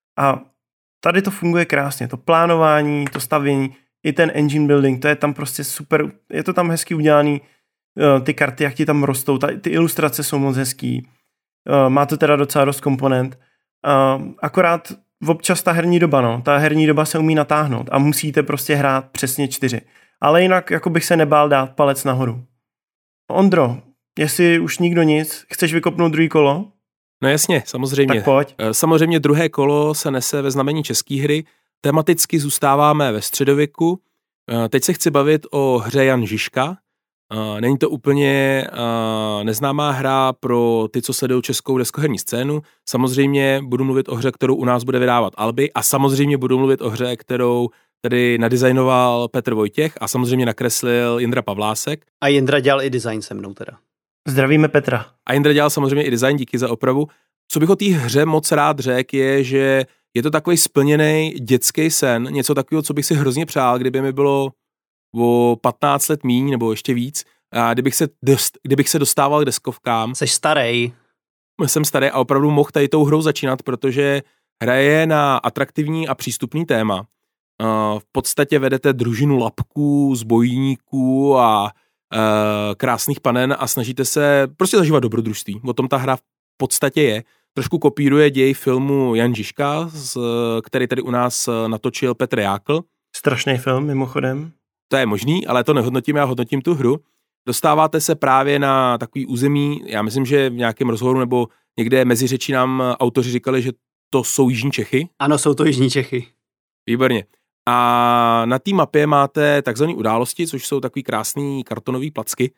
A tady to funguje krásně, to plánování, to stavění, i ten engine building, to je tam prostě super, je to tam hezky udělaný, ty karty, jak ti tam rostou, ty ilustrace jsou moc hezký. Má to teda docela dost komponent. Akorát občas ta herní doba, no. Ta herní doba se umí natáhnout a musíte prostě hrát přesně 4. Ale jinak jako bych se nebál dát palec nahoru. Ondro, jestli už nikdo nic, chceš vykopnout druhý kolo? No jasně, samozřejmě. Tak pojď. Samozřejmě druhé kolo se nese ve znamení české hry. Tematicky zůstáváme ve středověku. Teď se chci bavit o hře Jan Žižka. Není to úplně neznámá hra pro ty, co sledují českou deskoherní scénu. Samozřejmě budu mluvit o hře, kterou u nás bude vydávat Albi a samozřejmě budu mluvit o hře, kterou tedy nadizajnoval Petr Vojtěch a samozřejmě nakreslil Jindra Pavlásek. A Jindra dělal i design se mnou teda. Zdravíme Petra. A Jindra dělal samozřejmě i design, díky za opravu. Co bych o té hře moc rád řekl, je, že je to takový splněný dětský sen, něco takového, co bych si hrozně přál, kdyby mi bylo o 15 let míň nebo ještě víc, a kdybych se dostával k deskovkám. Jseš starej. Jsem starý a opravdu mohl tady tou hrou začínat, protože hraje na atraktivní a přístupný téma. V podstatě vedete družinu lapků, zbojníků a krásných panen a snažíte se prostě zažívat dobrodružství. O tom ta hra v podstatě je. Trošku kopíruje děj filmu Jan Žižka, který tady u nás natočil Petr Jákl. Strašný film, mimochodem. To je možný, ale to nehodnotím, já hodnotím tu hru. Dostáváte se právě na takový území, já myslím, že v nějakém rozhovoru nebo někde mezi řečí nám autoři říkali, že to jsou jižní Čechy. Ano, jsou to jižní Čechy. Výborně. A na té mapě máte takzvané události, což jsou takový krásný kartonový placky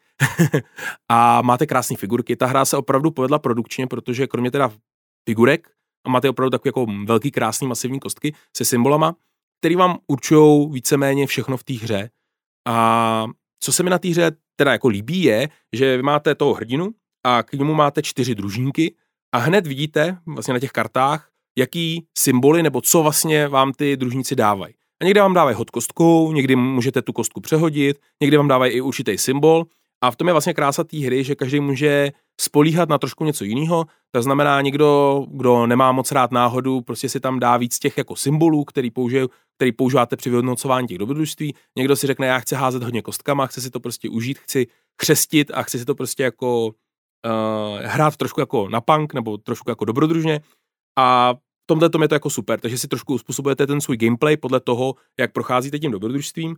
a máte krásné figurky. Ta hra se opravdu povedla produkčně, protože kromě teda figurek a máte opravdu takové jako velký, krásný, masivní kostky se symbolama, který vám určujou víceméně všechno v té hře. A co se mi na té hře teda jako líbí je, že vy máte toho hrdinu a k němu máte 4 družníky a hned vidíte vlastně na těch kartách, jaký symboly nebo co vlastně vám ty družníci dávají. A někde vám dávají hod kostkou, někdy můžete tu kostku přehodit, někdy vám dávají i určitý symbol a v tom je vlastně krása té hry, že každý může spolíhat na trošku něco jiného. To znamená, někdo, kdo nemá moc rád náhodu, prostě si tam dá víc těch jako symbolů, který používáte při vyhodnocování těch dobrodružství. Někdo si řekne, já chci házet hodně kostkama, chci si to prostě užít, chci chřestit a chci si to prostě jako hrát trošku jako na punk nebo trošku jako dobrodružně. A v tomhle tom je to jako super, takže si trošku uspůsobujete ten svůj gameplay podle toho, jak procházíte tím dobrodružstvím.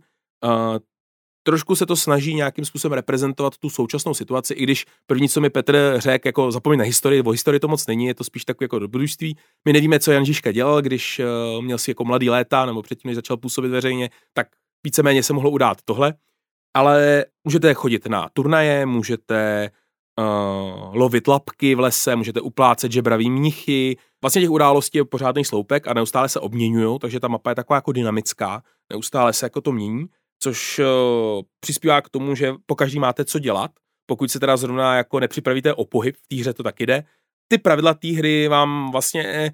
Trošku se to snaží nějakým způsobem reprezentovat tu současnou situaci, i když první, co mi Petr řekl, jako zapomeň na historii, o historii to moc není, je to spíš takové jako dobrodružství. My nevíme, co Jan Žižka dělal, když měl si jako mladý léta, nebo předtím, než začal působit veřejně, tak víceméně se mohlo udát tohle. Ale můžete chodit na turnaje, můžete lovit lapky v lese, můžete uplácet žebravý mnichy. Vlastně těch událostí je pořádný sloupek a neustále se obměňujou, takže ta mapa je taková jako dynamická, neustále se jako to mění, což přispívá k tomu, že pokaždý máte co dělat, pokud se teda zrovna jako nepřipravíte o pohyb, v té hře to taky jde. Ty pravidla té hry vám vlastně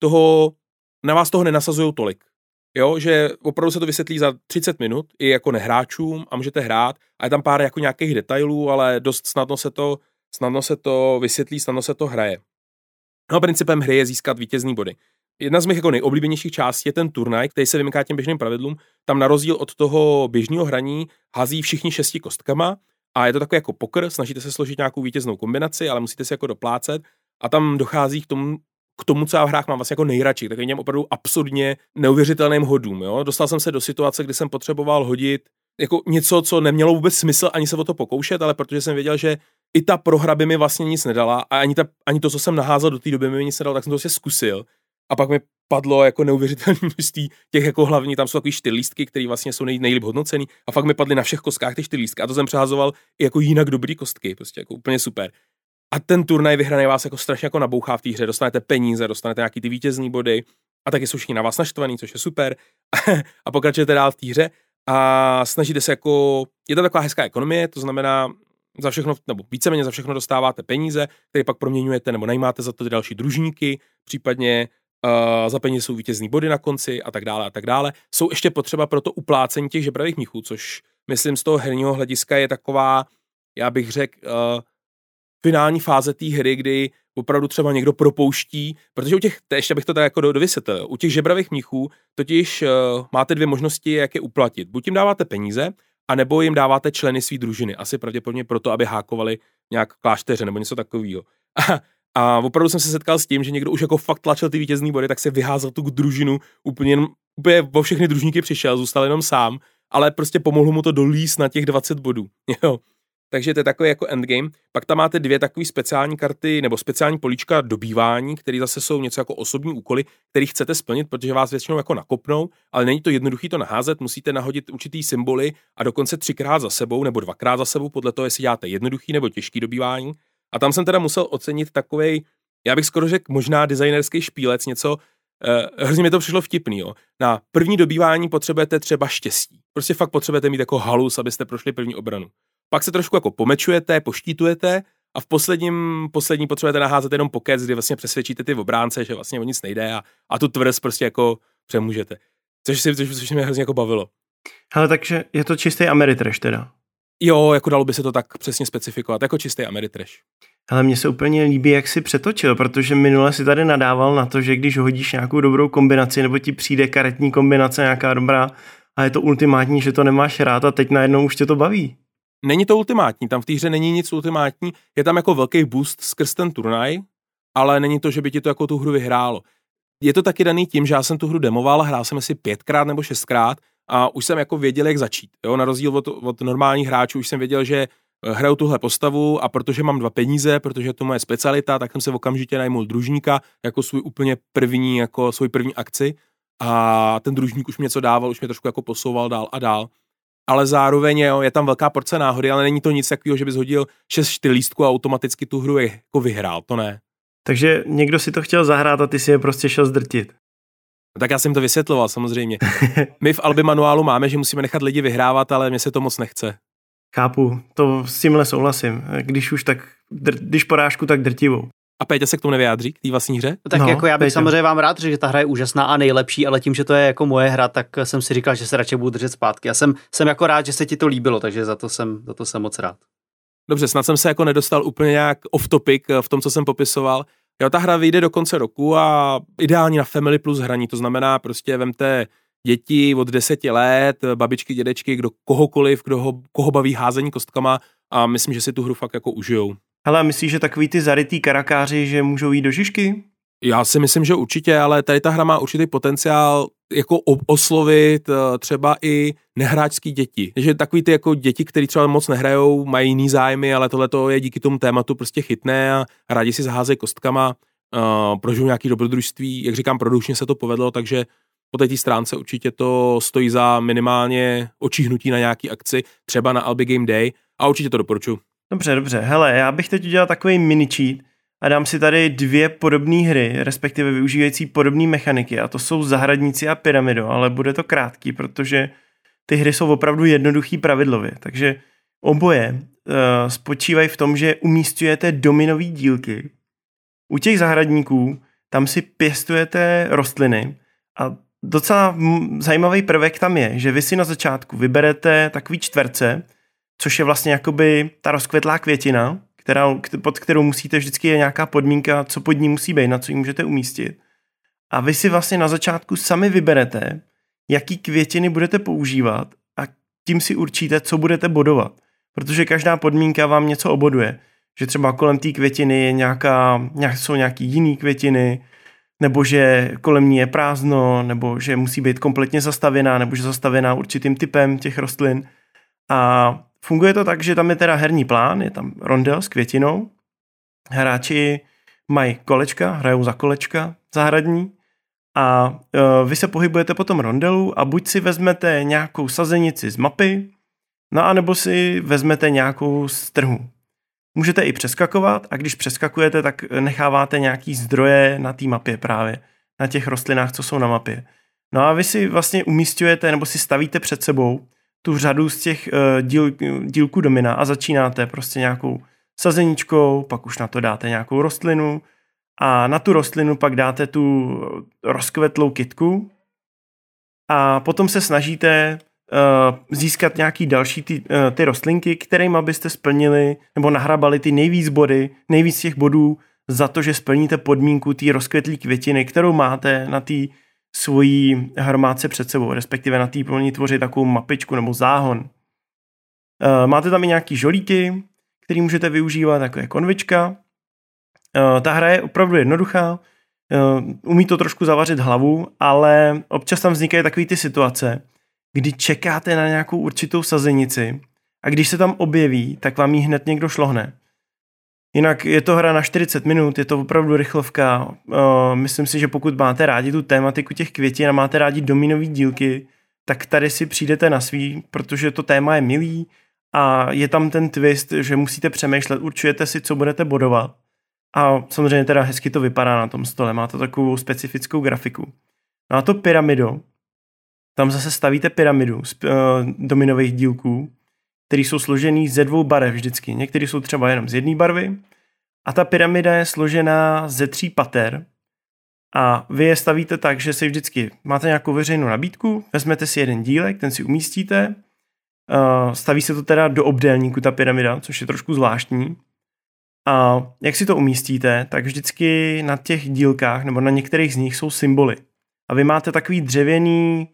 na vás toho nenasazují tolik. Jo, že opravdu se to vysvětlí za 30 minut i jako nehráčům a můžete hrát a je tam pár jako nějakých detailů, ale dost snadno se to vysvětlí, snadno se to hraje. No, principem hry je získat vítězný body. Jedna z mých jako nejoblíbenějších částí je ten turnaj, který se vymyká těm běžným pravidlům. Tam na rozdíl od toho běžného hraní hází všichni 6 kostkama a je to takový jako poker, snažíte se složit nějakou vítěznou kombinaci, ale musíte si jako doplácet a tam dochází k tomu, co já v hrách mám vlastně jako nejradši, takovým těm opravdu absurdně neuvěřitelným hodům. Jo? Dostal jsem se do situace, kdy jsem potřeboval hodit jako něco, co nemělo vůbec smysl ani se o to pokoušet, ale protože jsem věděl, že i ta prohra by mi vlastně nic nedala a ani to, co jsem naházel do té doby, mi nic nedalo, tak jsem to vlastně zkusil. A pak mi padlo jako neuvěřitelné množství těch jako hlavní, tam jsou takový 4 lístky, které vlastně jsou nejlíp hodnocený a fakt mi padly na všech kostkách ty 4 lístky a to jsem přehazoval i jako jinak dobrý kostky, prostě jako úplně super. A ten turnaj vyhraný vás jako strašně jako nabouchá v té hře, dostanete peníze, dostanete nějaký ty vítězný body a taky jsou všichni na vás naštvaný, což je super a pokračujete dál v té hře a snažíte se jako, je to taková hezká ekonomie, to znamená za všechno, nebo víceméně za všechno dostáváte peníze, které pak proměňujete nebo najímáte za to další družníky, případně za peníze jsou vítězný body na konci a tak dále a tak dále. Jsou ještě potřeba pro to uplácení těch žebravých mnichů, což myslím z toho herního hlediska je taková, já bych řekl, finální fáze té hry, kdy opravdu třeba někdo propouští, protože u těch, ještě bych to tak jako dovysvětlil, u těch žebravých mnichů totiž máte 2 možnosti, jak je uplatit. Buď jim dáváte peníze, a nebo jim dáváte členy svý družiny. Asi pravděpodobně proto, aby hákovali nějak klášteře nebo něco takového. A opravdu jsem se setkal s tím, že někdo už jako fakt tlačil ty vítězný body, tak se vyházel tu družinu, úplně o všechny družníky přišel, zůstal jenom sám, ale prostě pomohlo mu to dolíst na těch 20 bodů. Jo. Takže to je takový jako endgame. Pak tam máte 2 takové speciální karty nebo speciální políčka dobývání, které zase jsou něco jako osobní úkoly, které chcete splnit, protože vás většinou jako nakopnou, ale není to jednoduchý to naházet, musíte nahodit určitý symboly a dokonce 3krát za sebou nebo 2krát za sebou, podle toho, jestli děláte jednoduchý nebo těžký dobývání. A tam jsem teda musel ocenit takovej, já bych skoro řekl možná designerský špílec, něco, hrozně mi to přišlo vtipný, jo. Na první dobývání potřebujete třeba štěstí. Prostě fakt potřebujete mít jako halus, abyste prošli první obranu. Pak se trošku jako pomečujete, poštítujete a v poslední potřebujete naházet jenom pokec, kdy vlastně přesvědčíte ty obránce, že vlastně o nic nejde a tu tvrz prostě jako přemůžete. Což mě hrozně jako bavilo. Hele, takže je to čistý Ameritrash teda. Jo, jako dalo by se to tak přesně specifikovat, jako čistý Ameritrash. Ale mně se úplně líbí, jak jsi přetočil, protože minule si tady nadával na to, že když hodíš nějakou dobrou kombinaci, nebo ti přijde karetní kombinace nějaká dobrá a je to ultimátní, že to nemáš rád a teď najednou už tě to baví. Není to ultimátní, tam v té hře není nic ultimátní, je tam jako velký boost skrz ten turnaj, ale není to, že by ti to jako tu hru vyhrálo. Je to taky daný tím, že já jsem tu hru demoval, hrál jsem asi 5krát nebo 6krát a už jsem jako věděl, jak začít. Jo? Na rozdíl od normálních hráčů už jsem věděl, že hraju tuhle postavu a protože mám 2 peníze, protože to moje specialita, tak jsem se okamžitě najmul družníka jako svůj úplně první, jako svůj první akci a ten družník už mě něco dával, už mě trošku jako posouval dál a dál. Ale zároveň je tam velká porce náhody, ale není to nic takového, že bys hodil 6 lístků a automaticky tu hru jako vyhrál, to ne. Takže někdo si to chtěl zahrát a ty si je prostě šel zdrtit. No tak já jsem to vysvětloval samozřejmě. My v Albi manuálu máme, že musíme nechat lidi vyhrávat, ale mně se to moc nechce. Chápu, to s tímhle souhlasím. Když porážku, tak drtivou. A Péťa se k tomu nevyjádří, k té vlastní hře? Tak jako já bych samozřejmě vám rád řekl, že ta hra je úžasná a nejlepší, ale tím, že to je jako moje hra, tak jsem si říkal, že se radši budu držet zpátky. Já jsem jako rád, že se ti to líbilo, takže za to jsem moc rád. Dobře, snad jsem se jako nedostal úplně nějak off topic v tom, co jsem popisoval. Jo, ta hra vyjde do konce roku a ideální na Family Plus hraní, to znamená prostě vemte děti od 10 let, babičky, dědečky, kohokoliv, koho baví házení kostkama a myslím, že si tu hru fakt jako užijou. Hele, myslíš, že takový ty zarytý karakáři, že můžou jít do žižky? Já si myslím, že určitě, ale tady ta hra má určitý potenciál jako oslovit třeba i nehráčský děti. Takže takový ty jako děti, které třeba moc nehrajou, mají jiný zájmy, ale tohleto je díky tomu tématu prostě chytné a rádi si zaházejí kostkama, prožijou nějaký dobrodružství. Jak říkám, produkčně se to povedlo, takže po té stránce určitě to stojí za minimálně očihnutí na nějaký akci, třeba na Albi Game Day a určitě to doporučuji. Dobře. Hele, já bych teď udělal takový mini cheat a dám si tady 2 podobné hry, respektive využívající podobné mechaniky a to jsou Zahradníci a Pyramido, ale bude to krátký, protože ty hry jsou opravdu jednoduchý pravidlově, takže oboje spočívají v tom, že umísťujete dominové dílky. U těch zahradníků tam si pěstujete rostliny a docela zajímavý prvek tam je, že vy si na začátku vyberete takový čtverce, což je vlastně jakoby ta rozkvetlá květina, pod kterou musíte vždycky je nějaká podmínka, co pod ní musí být, na co ji můžete umístit. A vy si vlastně na začátku sami vyberete, jaký květiny budete používat a tím si určíte, co budete bodovat. Protože každá podmínka vám něco oboduje. Že třeba kolem té květiny je jsou nějaký jiný květiny, nebo že kolem ní je prázdno, nebo že musí být kompletně zastavěná, nebo že zastavěná určitým typem těch rostlin. A funguje to tak, že tam je teda herní plán, je tam rondel s květinou, hráči mají kolečka, hrajou za kolečka zahradní a vy se pohybujete po tom rondelu a buď si vezmete nějakou sazenici z mapy, no a nebo si vezmete nějakou z trhu. Můžete i přeskakovat a když přeskakujete, tak necháváte nějaký zdroje na té mapě právě, na těch rostlinách, co jsou na mapě. No a vy si vlastně umísťujete nebo si stavíte před sebou tu řadu z těch dílků domina a začínáte prostě nějakou sazeničkou, pak už na to dáte nějakou rostlinu a na tu rostlinu pak dáte tu rozkvetlou kytku a potom se snažíte získat nějaký další ty rostlinky, kterými byste splnili nebo nahrabali ty nejvíc těch bodů za to, že splníte podmínku té rozkvetlé květiny, kterou máte na té svojí hromádce před sebou, respektive na té plní tvoří takovou mapičku nebo záhon. Máte tam i nějaký žolíky, který můžete využívat, jako je konvička. Ta hra je opravdu jednoduchá, umí to trošku zavařit hlavu, ale občas tam vznikají takové ty situace, kdy čekáte na nějakou určitou sazenici a když se tam objeví, tak vám ji hned někdo šlohne. Jinak je to hra na 40 minut, je to opravdu rychlovka. Myslím si, že pokud máte rádi tu tématiku těch květin a máte rádi dominový dílky, tak tady si přijdete na svý, protože to téma je milý a je tam ten twist, že musíte přemýšlet, určujete si, co budete bodovat. A samozřejmě teda hezky to vypadá na tom stole, má to takovou specifickou grafiku. No a to pyramido, tam zase stavíte pyramidu z dominových dílků, které jsou složený ze 2 barev vždycky. Některé jsou třeba jenom z 1 barvy a ta pyramida je složená ze 3 pater a vy je stavíte tak, že si vždycky máte nějakou veřejnou nabídku, vezmete si jeden dílek, ten si umístíte, staví se to teda do obdélníku ta pyramida, což je trošku zvláštní. A jak si to umístíte, tak vždycky na těch dílkách nebo na některých z nich jsou symboly. A vy máte takový dřevěný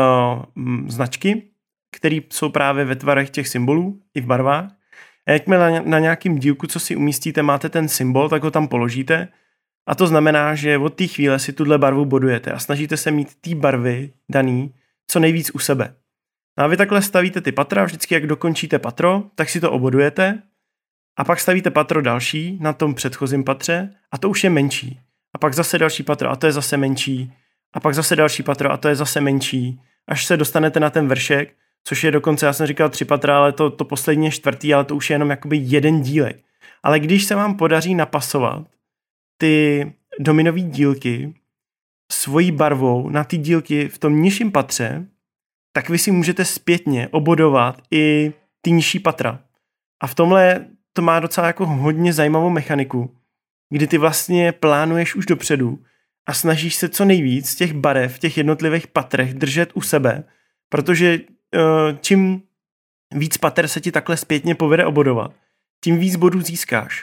značky, které jsou právě ve tvarech těch symbolů i v barvách. A jakmile na nějakým dílku, co si umístíte, máte ten symbol, tak ho tam položíte. A to znamená, že od té chvíle si tuhle barvu bodujete a snažíte se mít té barvy daný co nejvíc u sebe. A vy takhle stavíte ty patra, vždycky jak dokončíte patro, tak si to obodujete a pak stavíte patro další na tom předchozím patře a to už je menší. A pak zase další patro a to je zase menší. A pak zase další patro a to je zase menší. Až se dostanete na ten vršek, což je dokonce, já jsem říkal 3 patra, ale to poslední je 4, ale to už je jenom jakoby jeden dílek. Ale když se vám podaří napasovat ty dominové dílky svojí barvou na ty dílky v tom nižším patře, tak vy si můžete zpětně obodovat i ty nižší patra. A v tomhle to má docela jako hodně zajímavou mechaniku, kdy ty vlastně plánuješ už dopředu a snažíš se co nejvíc těch barev v těch jednotlivých patrech držet u sebe, protože čím víc pater se ti takhle zpětně povede obodovat, tím víc bodů získáš.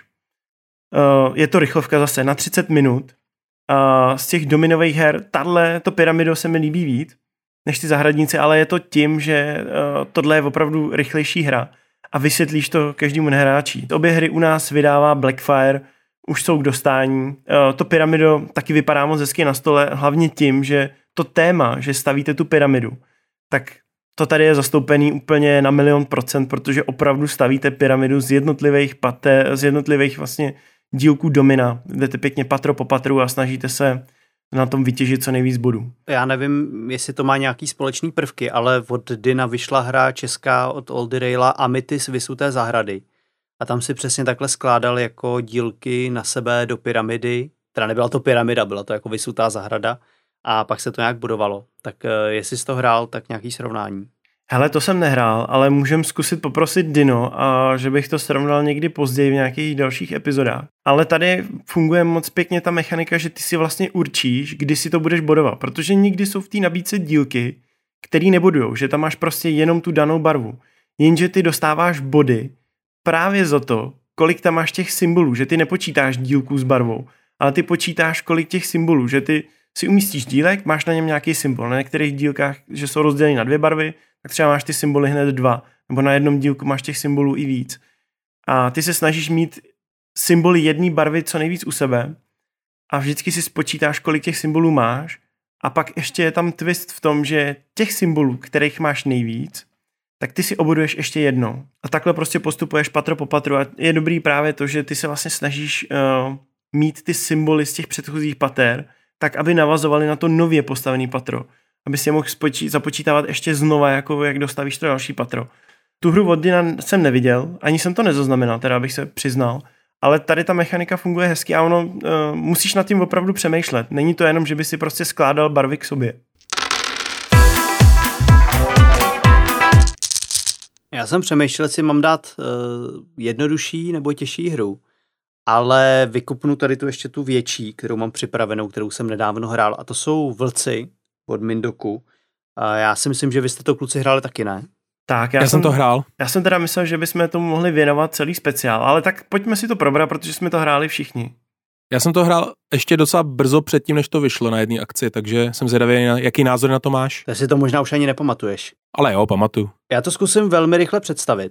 Je to rychlovka zase na 30 minut. Z těch dominových her to pyramido se mi líbí víc než ty zahradníci, ale je to tím, že tohle je opravdu rychlejší hra a vysvětlíš to každému nehráči. Obě hry u nás vydává Blackfire, už jsou k dostání. To pyramido taky vypadá moc hezky na stole, hlavně tím, že to téma, že stavíte tu pyramidu, tak to tady je zastoupený úplně na 1,000,000%, protože opravdu stavíte pyramidu z jednotlivých vlastně dílků domina. Jdete pěkně patro po patru a snažíte se na tom vytěžit co nejvíc bodů. Já nevím, jestli to má nějaký společný prvky, ale od Dyna vyšla hra česká od Oldy Raila Amitys Vysuté zahrady. A tam si přesně takhle skládal jako dílky na sebe do pyramidy. Teda nebyla to pyramida, byla to jako vysutá zahrada. A pak se to nějak budovalo. Tak jestli jsi to hrál, tak nějaký srovnání. Hele, to jsem nehrál, ale můžem zkusit poprosit Dino, a že bych to srovnal někdy později v nějakých dalších epizodách. Ale tady funguje moc pěkně ta mechanika, že ty si vlastně určíš, kdy si to budeš bodovat, protože nikdy jsou v té nabídce dílky, který nebodujou, že tam máš prostě jenom tu danou barvu. Jenže ty dostáváš body právě za to, kolik tam máš těch symbolů, že ty nepočítáš dílku s barvou, ale ty počítáš, kolik těch symbolů, že ty si umístíš dílek, máš na něm nějaký symbol. Na některých dílkách, že jsou rozděleny na 2 barvy, tak třeba máš ty symboly hned 2, nebo na jednom dílku máš těch symbolů i víc. A ty se snažíš mít symboly jedné barvy co nejvíc u sebe a vždycky si spočítáš, kolik těch symbolů máš a pak ještě je tam twist v tom, že těch symbolů, kterých máš nejvíc, tak ty si oboduješ ještě jednou. A takhle prostě postupuješ patro po patru a je dobrý právě to, že ty se vlastně snažíš mít ty symboly z těch předchozích pater, tak aby navazovali na to nově postavený patro. Aby si je mohl započítávat ještě znova, jako jak dostavíš to další patro. Tu hru od Dyna jsem neviděl, ani jsem to nezaznamenal, teda abych se přiznal, ale tady ta mechanika funguje hezky a musíš nad tím opravdu přemýšlet. Není to jenom, že by si prostě skládal barvy k sobě. Já jsem přemýšlel, jestli mám dát jednodušší nebo těžší hru, ale vykupnu tady tu ještě tu větší, kterou mám připravenou, kterou jsem nedávno hrál, a to jsou Vlci od Mindoku. A já si myslím, že vy jste to kluci hráli taky, ne? Tak, já jsem to hrál. Já jsem teda myslel, že bychom tomu mohli věnovat celý speciál, ale tak pojďme si to probrat, protože jsme to hráli všichni. Já jsem to hrál ještě docela brzo předtím, než to vyšlo na jedné akci, takže jsem zvědavý, jaký názor na to máš. Tak si to možná už ani nepamatuješ. Ale jo, pamatuju. Já to zkusím velmi rychle představit.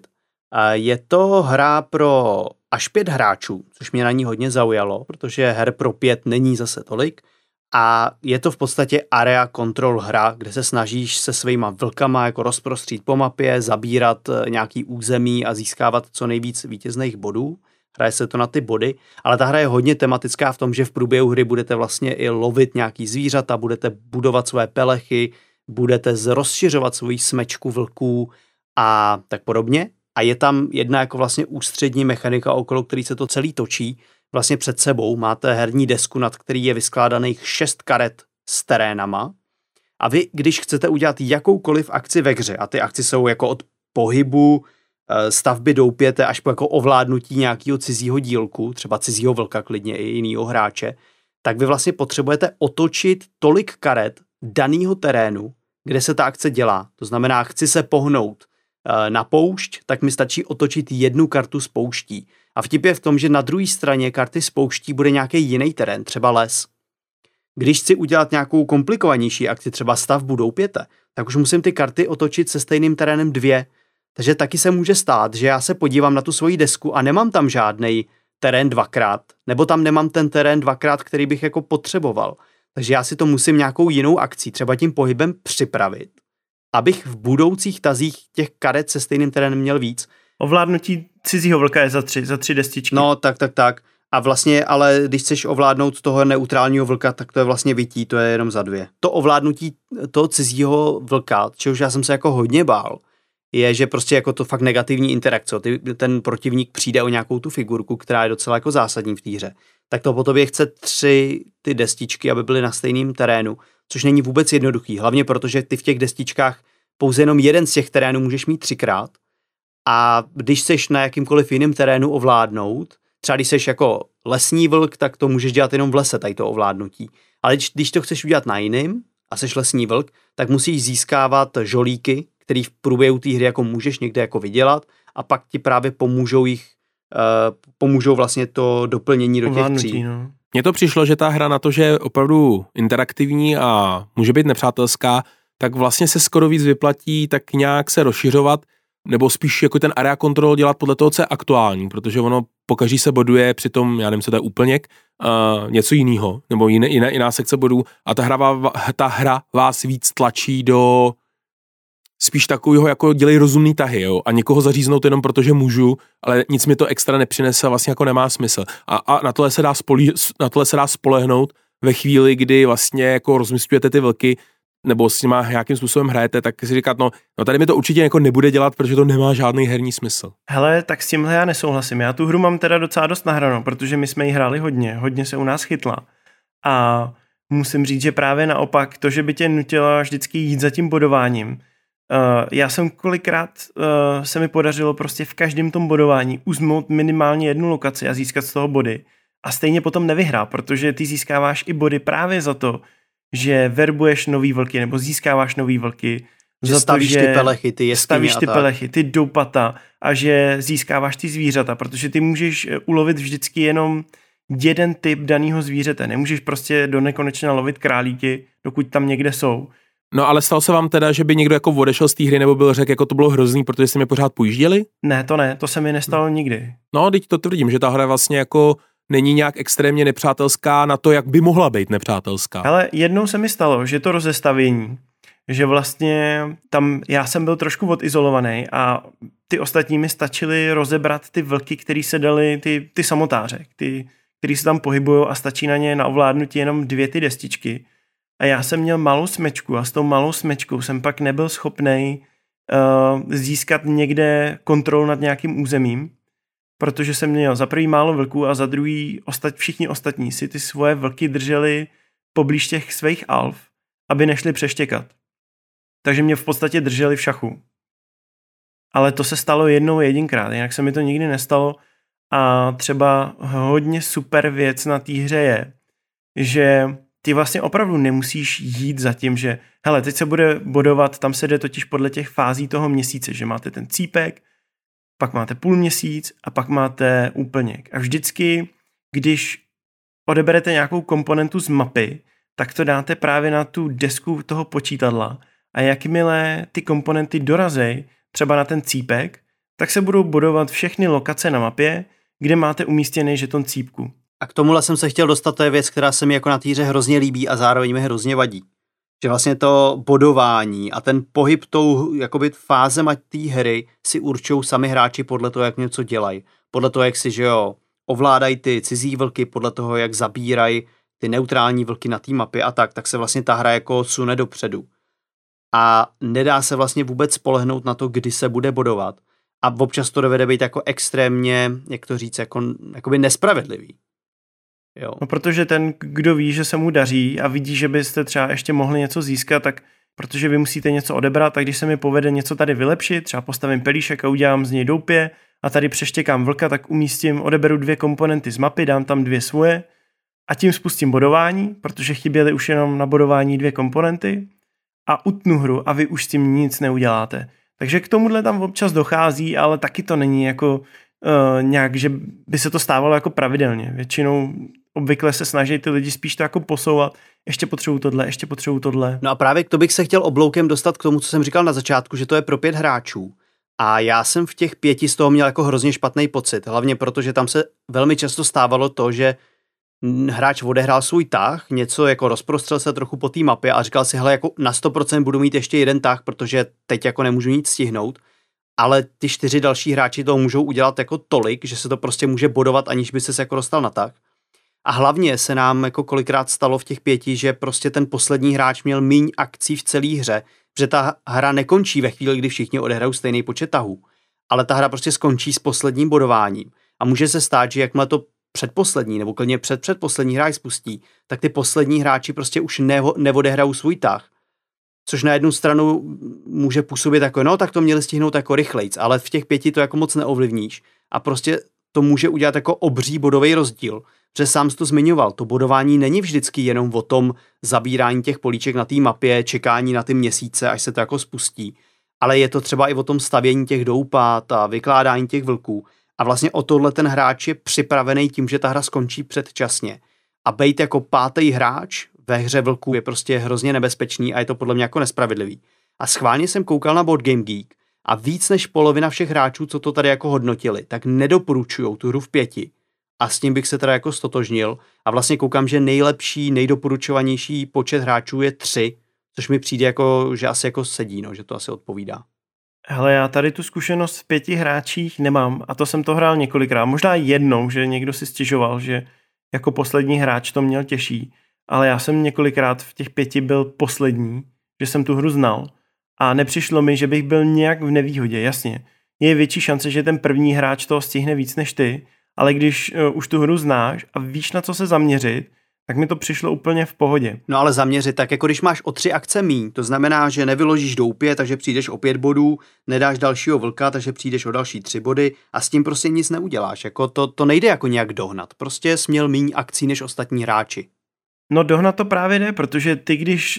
Je to hra pro až 5 hráčů, což mě na ní hodně zaujalo, protože her pro 5 není zase tolik. A je to v podstatě area control hra, kde se snažíš se svýma vlkama jako rozprostřít po mapě, zabírat nějaký území a získávat co nejvíc vítězných bodů. Hraje se to na ty body, ale ta hra je hodně tematická v tom, že v průběhu hry budete vlastně i lovit nějaký zvířata, budete budovat své pelechy, budete rozšiřovat svoji smečku vlků a tak podobně. A je tam jedna jako vlastně ústřední mechanika, okolo který se to celý točí. Vlastně před sebou máte herní desku, nad který je vyskládaných 6 karet s terénama. A vy, když chcete udělat jakoukoliv akci ve hře, a ty akci jsou jako od pohybu, stavby doupěte až po jako ovládnutí nějakého cizího dílku, třeba cizího vlka, klidně i jinýho hráče, tak vy vlastně potřebujete otočit tolik karet danýho terénu, kde se ta akce dělá. To znamená, chci se pohnout na poušť, tak mi stačí otočit jednu kartu z pouští. A vtip je v tom, že na druhé straně karty z pouští bude nějaký jiný terén, třeba les. Když chci udělat nějakou komplikovanější akci, třeba stavbu doupěte, tak už musím ty karty otočit se stejným terénem 2. Takže taky se může stát, že já se podívám na tu svoji desku a nemám tam žádnej terén 2x, nebo tam nemám ten terén 2x, který bych jako potřeboval. Takže já si to musím nějakou jinou akcí, třeba tím pohybem připravit, abych v budoucích tazích těch karet se stejným terénem měl víc. Ovládnutí cizího vlka je za 3 destičky. No, tak. A vlastně, ale když chceš ovládnout toho neutrálního vlka, tak to je vlastně vytí, to je jenom za 2. To ovládnutí toho cizího vlka, čehož já jsem se jako hodně bál, je, že prostě jako to fakt negativní interakce. Ten protivník přijde o nějakou tu figurku, která je docela jako zásadní v té hře. Tak to po tobě chce 3 ty destičky, aby byly na stejném terénu, což není vůbec jednoduchý. Hlavně protože ty v těch destičkách pouze jenom jeden z těch terénů můžeš mít 3x. A když seš na jakýmkoliv jiném terénu ovládnout, třeba když seš jako lesní vlk, tak to můžeš dělat jenom v lese, tady to ovládnutí. Ale když to chceš udělat na jiným a seš lesní vlk, tak musíš získávat žolíky, který v průběhu té hry jako můžeš někde jako vydělat a pak ti právě pomůžou vlastně to doplnění do těch tří. No. Mně to přišlo, že ta hra na to, že je opravdu interaktivní a může být nepřátelská, tak vlastně se skoro víc vyplatí tak nějak se rozšiřovat, nebo spíš jako ten area control dělat podle toho, co je aktuální, protože ono pokaždé se boduje přitom, já nevím, co to je úplněk, něco jiného, nebo jiná sekce bodů a ta hra vás víc tlačí do spíš takového, jako dělej rozumný tahy, jo, a někoho zaříznout jenom protože můžu, ale nic mi to extra nepřinese a vlastně jako nemá smysl. A na tohle se dá spolehnout ve chvíli, kdy vlastně jako rozmyslujete ty vlky, nebo s nima nějakým způsobem hrajete, tak si říkat, no tady mi to určitě jako nebude dělat, protože to nemá žádný herní smysl. Hele, tak s tímhle já nesouhlasím. Já tu hru mám teda docela dost nahranou, protože my jsme ji hráli hodně se u nás chytla. A musím říct, že právě naopak to, že by tě nutila vždycky jít za tím bodováním. Já jsem kolikrát se mi podařilo prostě v každém tom bodování uzmout minimálně jednu lokaci a získat z toho body. A stejně potom nevyhrá, protože ty získáváš i body právě za to, že verbuješ nový vlky nebo získáváš nový vlky. Že stavíš ty pelechy, ty jeskyně stavíš ty pelechy, ty doupata a že získáváš ty zvířata, protože ty můžeš ulovit vždycky jenom jeden typ daného zvířete. Nemůžeš prostě do nekonečna lovit králíky, dokud tam někde jsou. No ale stalo se vám teda, že by někdo jako odešel z té hry nebo byl řekl, jako to bylo hrozný, protože jste mě pořád pojížděli? Ne, to se mi nestalo nikdy. No, teď to tvrdím, že ta hra vlastně jako není nějak extrémně nepřátelská na to, jak by mohla být nepřátelská. Ale jednou se mi stalo, že to rozestavění, že vlastně tam já jsem byl trošku odizolovaný a ty ostatní mi stačili rozebrat ty vlky, který se dali, ty samotáře, který se tam pohybují a stačí na ně na ovládnutí jenom 2 ty destičky. A já jsem měl malou smečku a s tou malou smečkou jsem pak nebyl schopnej získat někde kontrolu nad nějakým územím, protože jsem měl za prvý málo vlků a za druhý všichni ostatní si ty svoje vlky drželi poblíž těch svých alf, aby nešli přeštěkat. Takže mě v podstatě drželi v šachu. Ale to se stalo jedinkrát, jinak se mi to nikdy nestalo a třeba hodně super věc na té hře je, že ty vlastně opravdu nemusíš jít za tím, že hele, teď se bude bodovat, tam se jde totiž podle těch fází toho měsíce, že máte ten cípek, pak máte půlměsíc a pak máte úplněk. A vždycky, když odeberete nějakou komponentu z mapy, tak to dáte právě na tu desku toho počítadla a jakmile ty komponenty dorazej třeba na ten cípek, tak se budou bodovat všechny lokace na mapě, kde máte umístěný žeton cípku. A k tomuhle jsem se chtěl dostat, to je věc, která se mi jako na té hře hrozně líbí a zároveň mi hrozně vadí. Že vlastně to bodování a ten pohyb tou jakoby fázema té hry si určují sami hráči podle toho, jak něco dělají. Podle toho, jak si, že jo, ovládají ty cizí vlky, podle toho, jak zabírají ty neutrální vlky na té mapě a tak se vlastně ta hra jako sune dopředu. A nedá se vlastně vůbec spolehnout na to, kdy se bude bodovat. A občas to dovede být jako extrémně, jak to říct, jakoby nespravedlivý. Jo. No, protože ten, kdo ví, že se mu daří a vidí, že byste třeba ještě mohli něco získat, tak protože vy musíte něco odebrat, tak když se mi povede něco tady vylepšit, třeba postavím pelíšek a udělám z něj doupě a tady přeštěkám vlka, tak umístím, odeberu 2 komponenty z mapy, dám tam 2 svoje a tím spustím bodování, protože chyběly už jenom na bodování 2 komponenty a utnu hru a vy už s tím nic neuděláte. Takže k tomuhle tam občas dochází, ale taky to není jako nějak, že by se to stávalo jako pravidelně. Většinou obvykle se snaží ty lidi spíš to jako posouvat. Ještě potřebuju tohle. No a právě to bych se chtěl obloukem dostat k tomu, co jsem říkal na začátku, že to je pro 5 hráčů. A já jsem v těch 5 z toho měl jako hrozně špatný pocit. Hlavně protože tam se velmi často stávalo to, že hráč odehrál svůj tah, něco jako rozprostřel se trochu po té mapě a říkal si, hele, jako na 100% budu mít ještě jeden tah, protože teď jako nemůžu nic stihnout. Ale ty 4 další hráči toho můžou udělat jako tolik, že se to prostě může bodovat, aniž by se jako dostal na tah. A hlavně se nám jako kolikrát stalo v těch 5, že prostě ten poslední hráč měl míň akcí v celé hře, že ta hra nekončí ve chvíli, kdy všichni odehrajou stejný počet tahů, ale ta hra prostě skončí s posledním bodováním. A může se stát, že jakmile to předposlední nebo klidně předposlední hráč spustí, tak ty poslední hráči prostě už neodehrajou svůj tah. Což na jednu stranu může působit jako, no tak to měli stihnout jako rychlejc, ale v těch 5 to jako moc neovlivníš a prostě to může udělat jako obří bodový rozdíl. Protože sám jsi to zmiňoval, to bodování není vždycky jenom o tom zabírání těch políček na té mapě, čekání na ty měsíce, až se to jako spustí, ale je to třeba i o tom stavění těch doupat a vykládání těch vlků. A vlastně o tohle ten hráč je připravený tím, že ta hra skončí předčasně. A bejt jako 5. hráč ve hře vlků je prostě hrozně nebezpečný a je to podle mě jako nespravedlivý. A schválně jsem koukal na Board Game Geek a víc než polovina všech hráčů, co to tady jako hodnotili, tak nedoporučujou tu hru v 5. A s tím bych se teda jako stotožnil a vlastně koukám, že nejlepší, nejdoporučovanější počet hráčů je 3, což mi přijde jako, že asi jako sedí, no, že to asi odpovídá. Hele, já tady tu zkušenost v 5 hráčích nemám a to jsem to hrál několikrát. Možná jednou, že někdo si stěžoval, že jako poslední hráč to měl těžší, ale já jsem několikrát v těch 5 byl poslední, že jsem tu hru znal a nepřišlo mi, že bych byl nějak v nevýhodě. Jasně, je větší šance, že ten první hráč toho stihne víc než ty, ale když už tu hru znáš a víš, na co se zaměřit, tak mi to přišlo úplně v pohodě. No ale zaměřit, tak jako když máš o 3 akce míň, to znamená, že nevyložíš doupě, takže přijdeš o 5 bodů, nedáš dalšího vlka, takže přijdeš o další 3 body a s tím prostě nic neuděláš. Jako to nejde jako nějak dohnat. Prostě jsi měl míň akcí než ostatní hráči. No dohnat to právě jde, protože ty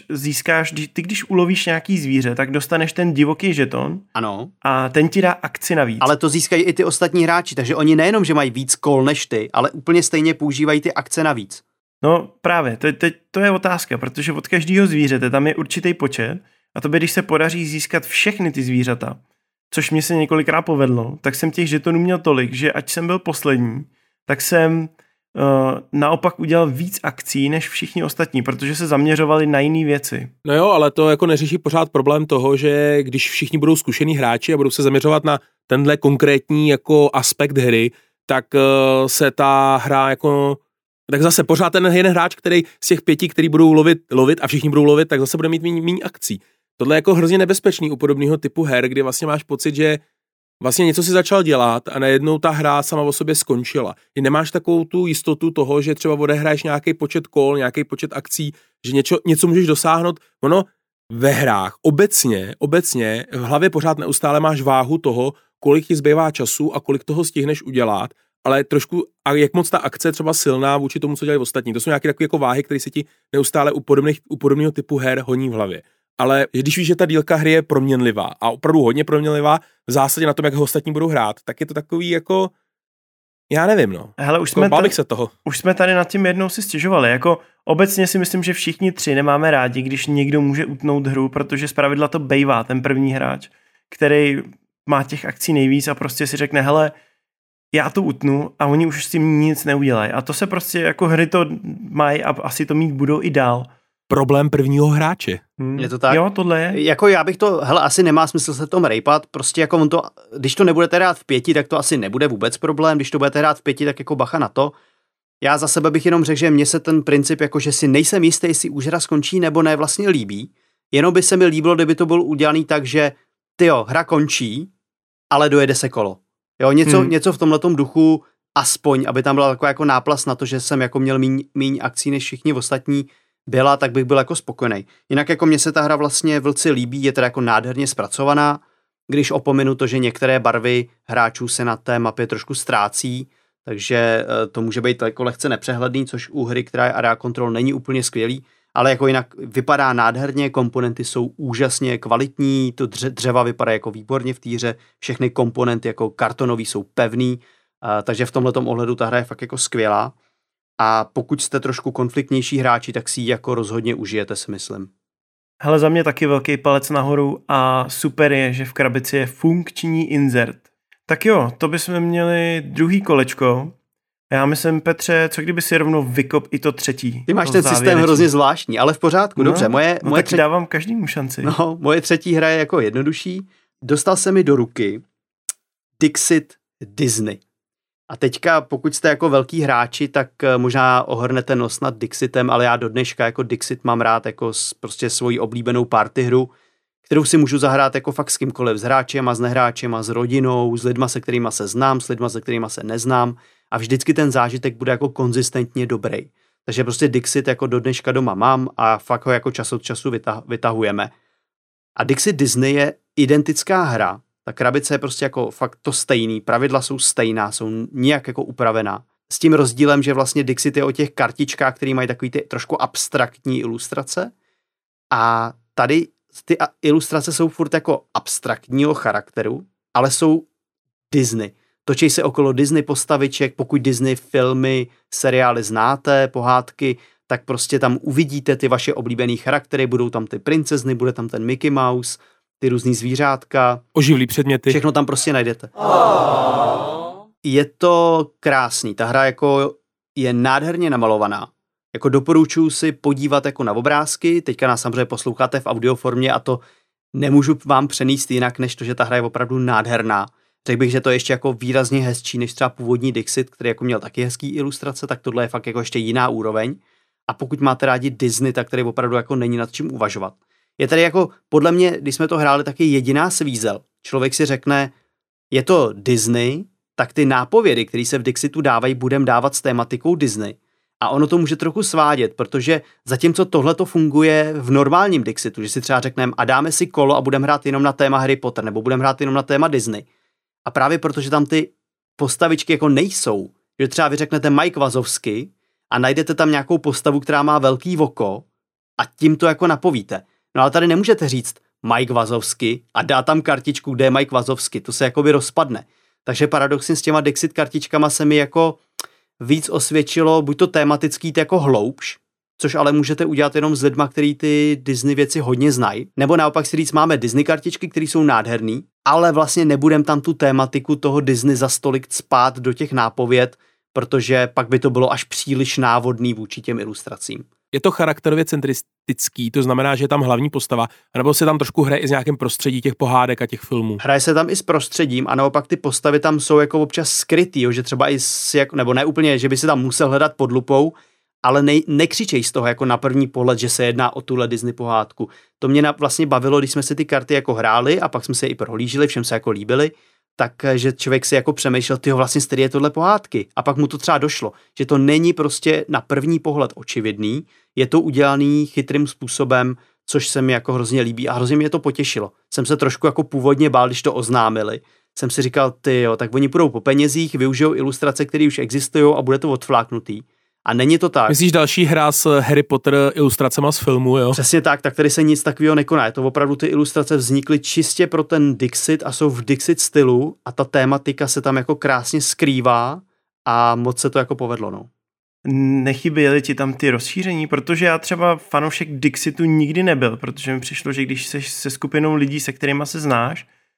když ulovíš nějaký zvíře, tak dostaneš ten divoký žeton. Ano. A ten ti dá akci navíc. Ale to získají i ty ostatní hráči, takže oni nejenom, že mají víc kol než ty, ale úplně stejně používají ty akce navíc. No právě, to je otázka, protože od každého zvířete tam je určitý počet a to by, když se podaří získat všechny ty zvířata, což mě se několikrát povedlo, tak jsem těch žetonů měl tolik, že ať jsem byl poslední, tak jsem naopak udělal víc akcí než všichni ostatní, protože se zaměřovali na jiné věci. No jo, ale to jako neřeší pořád problém toho, že když všichni budou zkušení hráči a budou se zaměřovat na tenhle konkrétní jako aspekt hry, tak se ta hra jako tak zase pořád ten jeden hráč, který z těch 5, který budou lovit a všichni budou lovit, tak zase bude mít méně akcí. Tohle je jako hrozně nebezpečný u podobného typu her, kdy vlastně máš pocit, že vlastně něco si začal dělat a najednou ta hra sama o sobě skončila. I nemáš takovou tu jistotu toho, že třeba odehraješ nějaký počet kol, nějaký počet akcí, že něco můžeš dosáhnout. Ono ve hrách obecně v hlavě pořád neustále máš váhu toho, kolik ti zbývá času a kolik toho stihneš udělat, ale trošku, a jak moc ta akce je třeba silná vůči tomu, co dělají ostatní. To jsou nějaké takové jako váhy, které se ti neustále u podobného typu her honí v hlavě. Ale když víš, že ta dílka hry je proměnlivá a opravdu hodně proměnlivá v zásadě na tom, jak ho ostatní budou hrát, tak je to takový jako, já nevím, no. Hele, už jsme tady nad tím jednou si stěžovali, jako obecně si myslím, že všichni 3 nemáme rádi, když někdo může utnout hru, protože zpravidla to bejvá ten první hráč, který má těch akcí nejvíc a prostě si řekne, hele, já to utnu a oni už s tím nic neudělají. A to se prostě jako hry to mají a asi to mít budou i dál. Problém prvního hráče. Je to tak? Jo, tohle je. Jako já bych to, hele, asi nemá smysl se tom rejpat, prostě jako on to, když to nebudete hrát v 5, tak to asi nebude vůbec problém, když to budete hrát v 5, tak jako bacha na to. Já za sebe bych jenom řekl, že mně se ten princip, jako že si nejsem jistý, jestli už hra skončí nebo ne, vlastně líbí. Jenom by se mi líbilo, kdyby to bylo udělaný tak, že hra končí, ale dojede se kolo. Jo, něco v tomhletom duchu, aspoň, aby tam byla taková jako náplast na to, že jsem jako měl míň akcí než všichni ostatní byla, tak bych byl jako spokojený. Jinak jako mně se ta hra vlastně velice líbí, je teda jako nádherně zpracovaná, když opominu to, že některé barvy hráčů se na té mapě trošku ztrácí, takže to může být jako lehce nepřehledný, což u hry, která je Area Control, není úplně skvělý, ale jako jinak vypadá nádherně, komponenty jsou úžasně kvalitní, to dřeva vypadá jako výborně v té hře, všechny komponenty jako kartonový jsou pevný, takže v tomhletom ohledu ta hra je fakt jako skvělá. A pokud jste trošku konfliktnější hráči, tak si ji jako rozhodně užijete, si myslím. Hele, za mě taky velký palec nahoru a super je, že v krabici je funkční insert. Tak jo, to bychom měli druhý kolečko. Já myslím, Petře, co kdyby si rovnou vykop i to třetí. Ty máš ten systém hrozně zvláštní, ale v pořádku, dobře. Tak dávám každému šanci. No, moje třetí hra je jako jednodušší. Dostal se mi do ruky Dixit Disney. A teďka, pokud jste jako velký hráči, tak možná ohrnete nos nad Dixitem, ale já do dneška jako Dixit mám rád jako prostě svoji oblíbenou party hru, kterou si můžu zahrát jako fakt s kýmkoliv, s hráčema, s nehráčema, s rodinou, s lidma, se kterýma se znám, s lidma, se kterýma se neznám a vždycky ten zážitek bude jako konzistentně dobrý. Takže prostě Dixit jako do dneška doma mám a fakt ho jako čas od času vytahujeme. A Dixit Disney je identická hra. Ta krabice je prostě jako fakt to stejný, pravidla jsou stejná, jsou nijak jako upravená. S tím rozdílem, že vlastně Dixit je o těch kartičkách, které mají takový ty trošku abstraktní ilustrace a tady ty ilustrace jsou furt jako abstraktního charakteru, ale jsou Disney. Točí se okolo Disney postaviček, pokud Disney filmy, seriály znáte, pohádky, tak prostě tam uvidíte ty vaše oblíbené charaktery, budou tam ty princezny, bude tam ten Mickey Mouse, ty různý zvířátka. Oživlý předměty. Všechno tam prostě najdete. Je to krásný. Ta hra jako je nádherně namalovaná. Jako doporučuji si podívat jako na obrázky. Teďka nás samozřejmě posloucháte v audioformě a to nemůžu vám přenést jinak, než to, že ta hra je opravdu nádherná. Řekl bych, že to je ještě jako výrazně hezčí, než třeba původní Dixit, který jako měl taky hezký ilustrace, tak tohle je fakt jako ještě jiná úroveň. A pokud máte rádi Disney, tak tady opravdu jako není nad čím uvažovat. Je tady jako, podle mě, když jsme to hráli, taky jediná svízel. Člověk si řekne, je to Disney, tak ty nápovědy, které se v Dixitu dávají, budeme dávat s tématikou Disney. A ono to může trochu svádět, protože zatímco tohle to funguje v normálním Dixitu, že si třeba řekneme a dáme si kolo a budeme hrát jenom na téma Harry Potter, nebo budeme hrát jenom na téma Disney. A právě protože tam ty postavičky jako nejsou, že třeba vy řeknete Mike Wazowski a najdete tam nějakou postavu, která má velký oko a tím to jako napovíte. No ale tady nemůžete říct Mike Wazowski a dá tam kartičku, kde je Mike Wazowski, to se jakoby rozpadne. Takže paradoxně s těma Dixit kartičkama se mi jako víc osvědčilo, buď to tématický, to jako hloubš, což ale můžete udělat jenom s lidma, který ty Disney věci hodně znají, nebo naopak si říct, máme Disney kartičky, které jsou nádherný, ale vlastně nebudem tam tu tématiku toho Disney za stolik cpát do těch nápověd, protože pak by to bylo až příliš návodný vůči těm ilustracím. Je to charakterově centristický, to znamená, že je tam hlavní postava, anebo se tam trošku hraje i s nějakým prostředí těch pohádek a těch filmů. Hraje se tam i s prostředím a naopak ty postavy tam jsou jako občas skrytý, jo, že třeba i nebo ne úplně, že by se tam musel hledat pod lupou, ale nekřičej z toho jako na první pohled, že se jedná o tuhle Disney pohádku. To mě vlastně bavilo, když jsme si ty karty jako hráli a pak jsme se i prohlíželi, všem se jako líbily, takže člověk si jako přemýšlel, tyjo, vlastně z je tohle pohádky. A pak mu to třeba došlo, že to není prostě na první pohled očividný, je to udělaný chytrým způsobem, což se mi jako hrozně líbí a hrozně mě to potěšilo. Jsem se trošku jako původně bál, když to oznámili. Jsem si říkal, tyjo, tak oni půjdou po penězích, využijou ilustrace, které už existují a bude to odfláknutý. A není to tak. Myslíš další hra s Harry Potter ilustracema z filmu, jo? Přesně tak tady se nic takového nekoná. Je to opravdu ty ilustrace vznikly čistě pro ten Dixit a jsou v Dixit stylu a ta tématika se tam jako krásně skrývá a moc se to jako povedlo, no. Nechyběly ti tam ty rozšíření, protože já třeba fanoušek Dixitu nikdy nebyl, protože mi přišlo, že když jsi se skupinou lidí, se kterýma se znáš,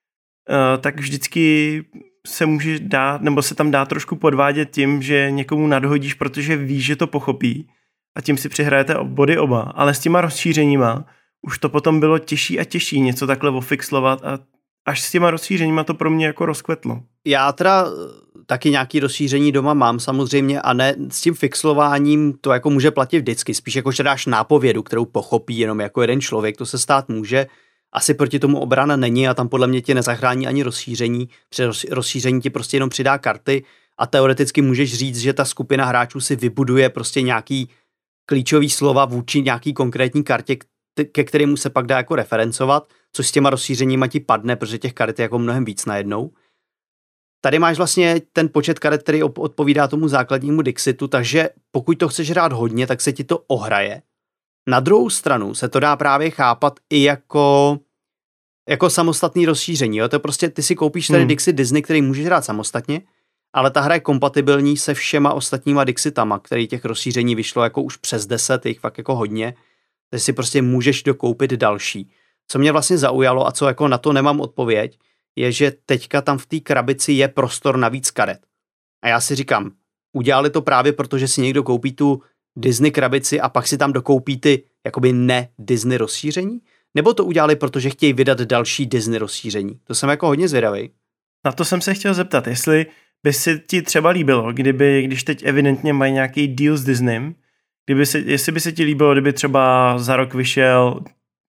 tak vždycky se může dát, nebo se tam dá trošku podvádět tím, že někomu nadhodíš, protože víš, že to pochopí a tím si přihrajete body oba. Ale s těma rozšířeníma už to potom bylo těžší a těžší něco takhle ofixlovat a až s těma rozšířeníma to pro mě jako rozkvetlo. Já teda taky nějaký rozšíření doma mám samozřejmě a ne s tím fixlováním to jako může platit vždycky. Spíš jako, že dáš nápovědu, kterou pochopí jenom jako jeden člověk, to se stát může. Asi proti tomu obrana není a tam podle mě tě nezachrání ani rozšíření. Při rozšíření ti prostě jenom přidá karty a teoreticky můžeš říct, že ta skupina hráčů si vybuduje prostě nějaký klíčový slova vůči nějaký konkrétní kartě, ke kterému se pak dá jako referencovat, což s těma rozšířeníma ti padne, protože těch karet je jako mnohem víc najednou. Tady máš vlastně ten počet karet, který odpovídá tomu základnímu Dixitu, takže pokud to chceš hrát hodně, tak se ti to ohraje. Na druhou stranu se to dá právě chápat i jako samostatný rozšíření. Jo? To prostě ty si koupíš tady Dixit Disney, který můžeš hrát samostatně, ale ta hra je kompatibilní se všema ostatníma Dixitama, který těch rozšíření vyšlo jako už přes 10, jich fakt jako hodně, takže si prostě můžeš dokoupit další. Co mě vlastně zaujalo a co jako na to nemám odpověď, je, že teďka tam v té krabici je prostor na víc karet. A já si říkám, udělali to právě proto, že si někdo koupí tu Disney krabici a pak si tam dokoupí ty jakoby ne Disney rozšíření? Nebo to udělali, protože chtějí vydat další Disney rozšíření? To jsem jako hodně zvědavý. Na to jsem se chtěl zeptat, jestli by si ti třeba líbilo, když teď evidentně mají nějaký deal s Disneym, jestli by se ti líbilo, kdyby třeba za rok vyšel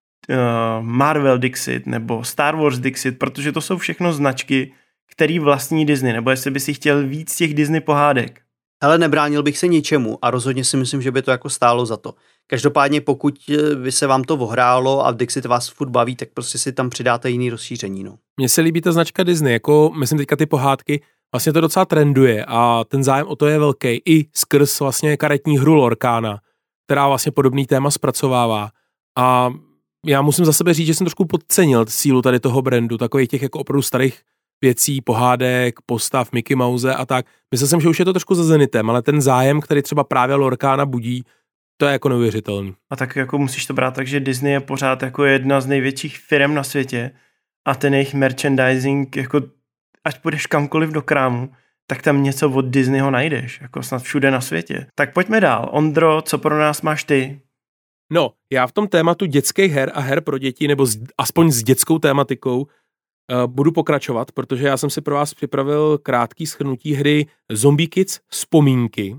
Marvel Dixit nebo Star Wars Dixit, protože to jsou všechno značky, který vlastní Disney, nebo jestli by si chtěl víc těch Disney pohádek. Hele, nebránil bych se ničemu a rozhodně si myslím, že by to jako stálo za to. Každopádně pokud by se vám to ohrálo a Dixit vás furt baví, tak prostě si tam přidáte jiný rozšíření. No. Mně se líbí ta značka Disney, jako myslím teďka ty pohádky, vlastně to docela trenduje a ten zájem o to je velký i skrz vlastně karetní hru Lorcana, která vlastně podobný téma zpracovává. A já musím za sebe říct, že jsem trošku podcenil sílu tady toho brandu, takových těch jako opravdu starých věcí, pohádek, postav, Mickey Mouse a tak. Myslel jsem, že už je to trošku za zenitem, ale ten zájem, který třeba právě Lorcana budí, to je jako neuvěřitelný. A tak jako musíš to brát tak, že Disney je pořád jako jedna z největších firm na světě a ten jejich merchandising, jako ať půjdeš kamkoliv do krámu, tak tam něco od Disneyho najdeš, jako snad všude na světě. Tak pojďme dál. Ondro, co pro nás máš ty? No, já v tom tématu dětských her a her pro děti, nebo aspoň s dětskou tématikou, budu pokračovat, protože já jsem si pro vás připravil krátký shrnutí hry Zombie Kids Vzpomínky.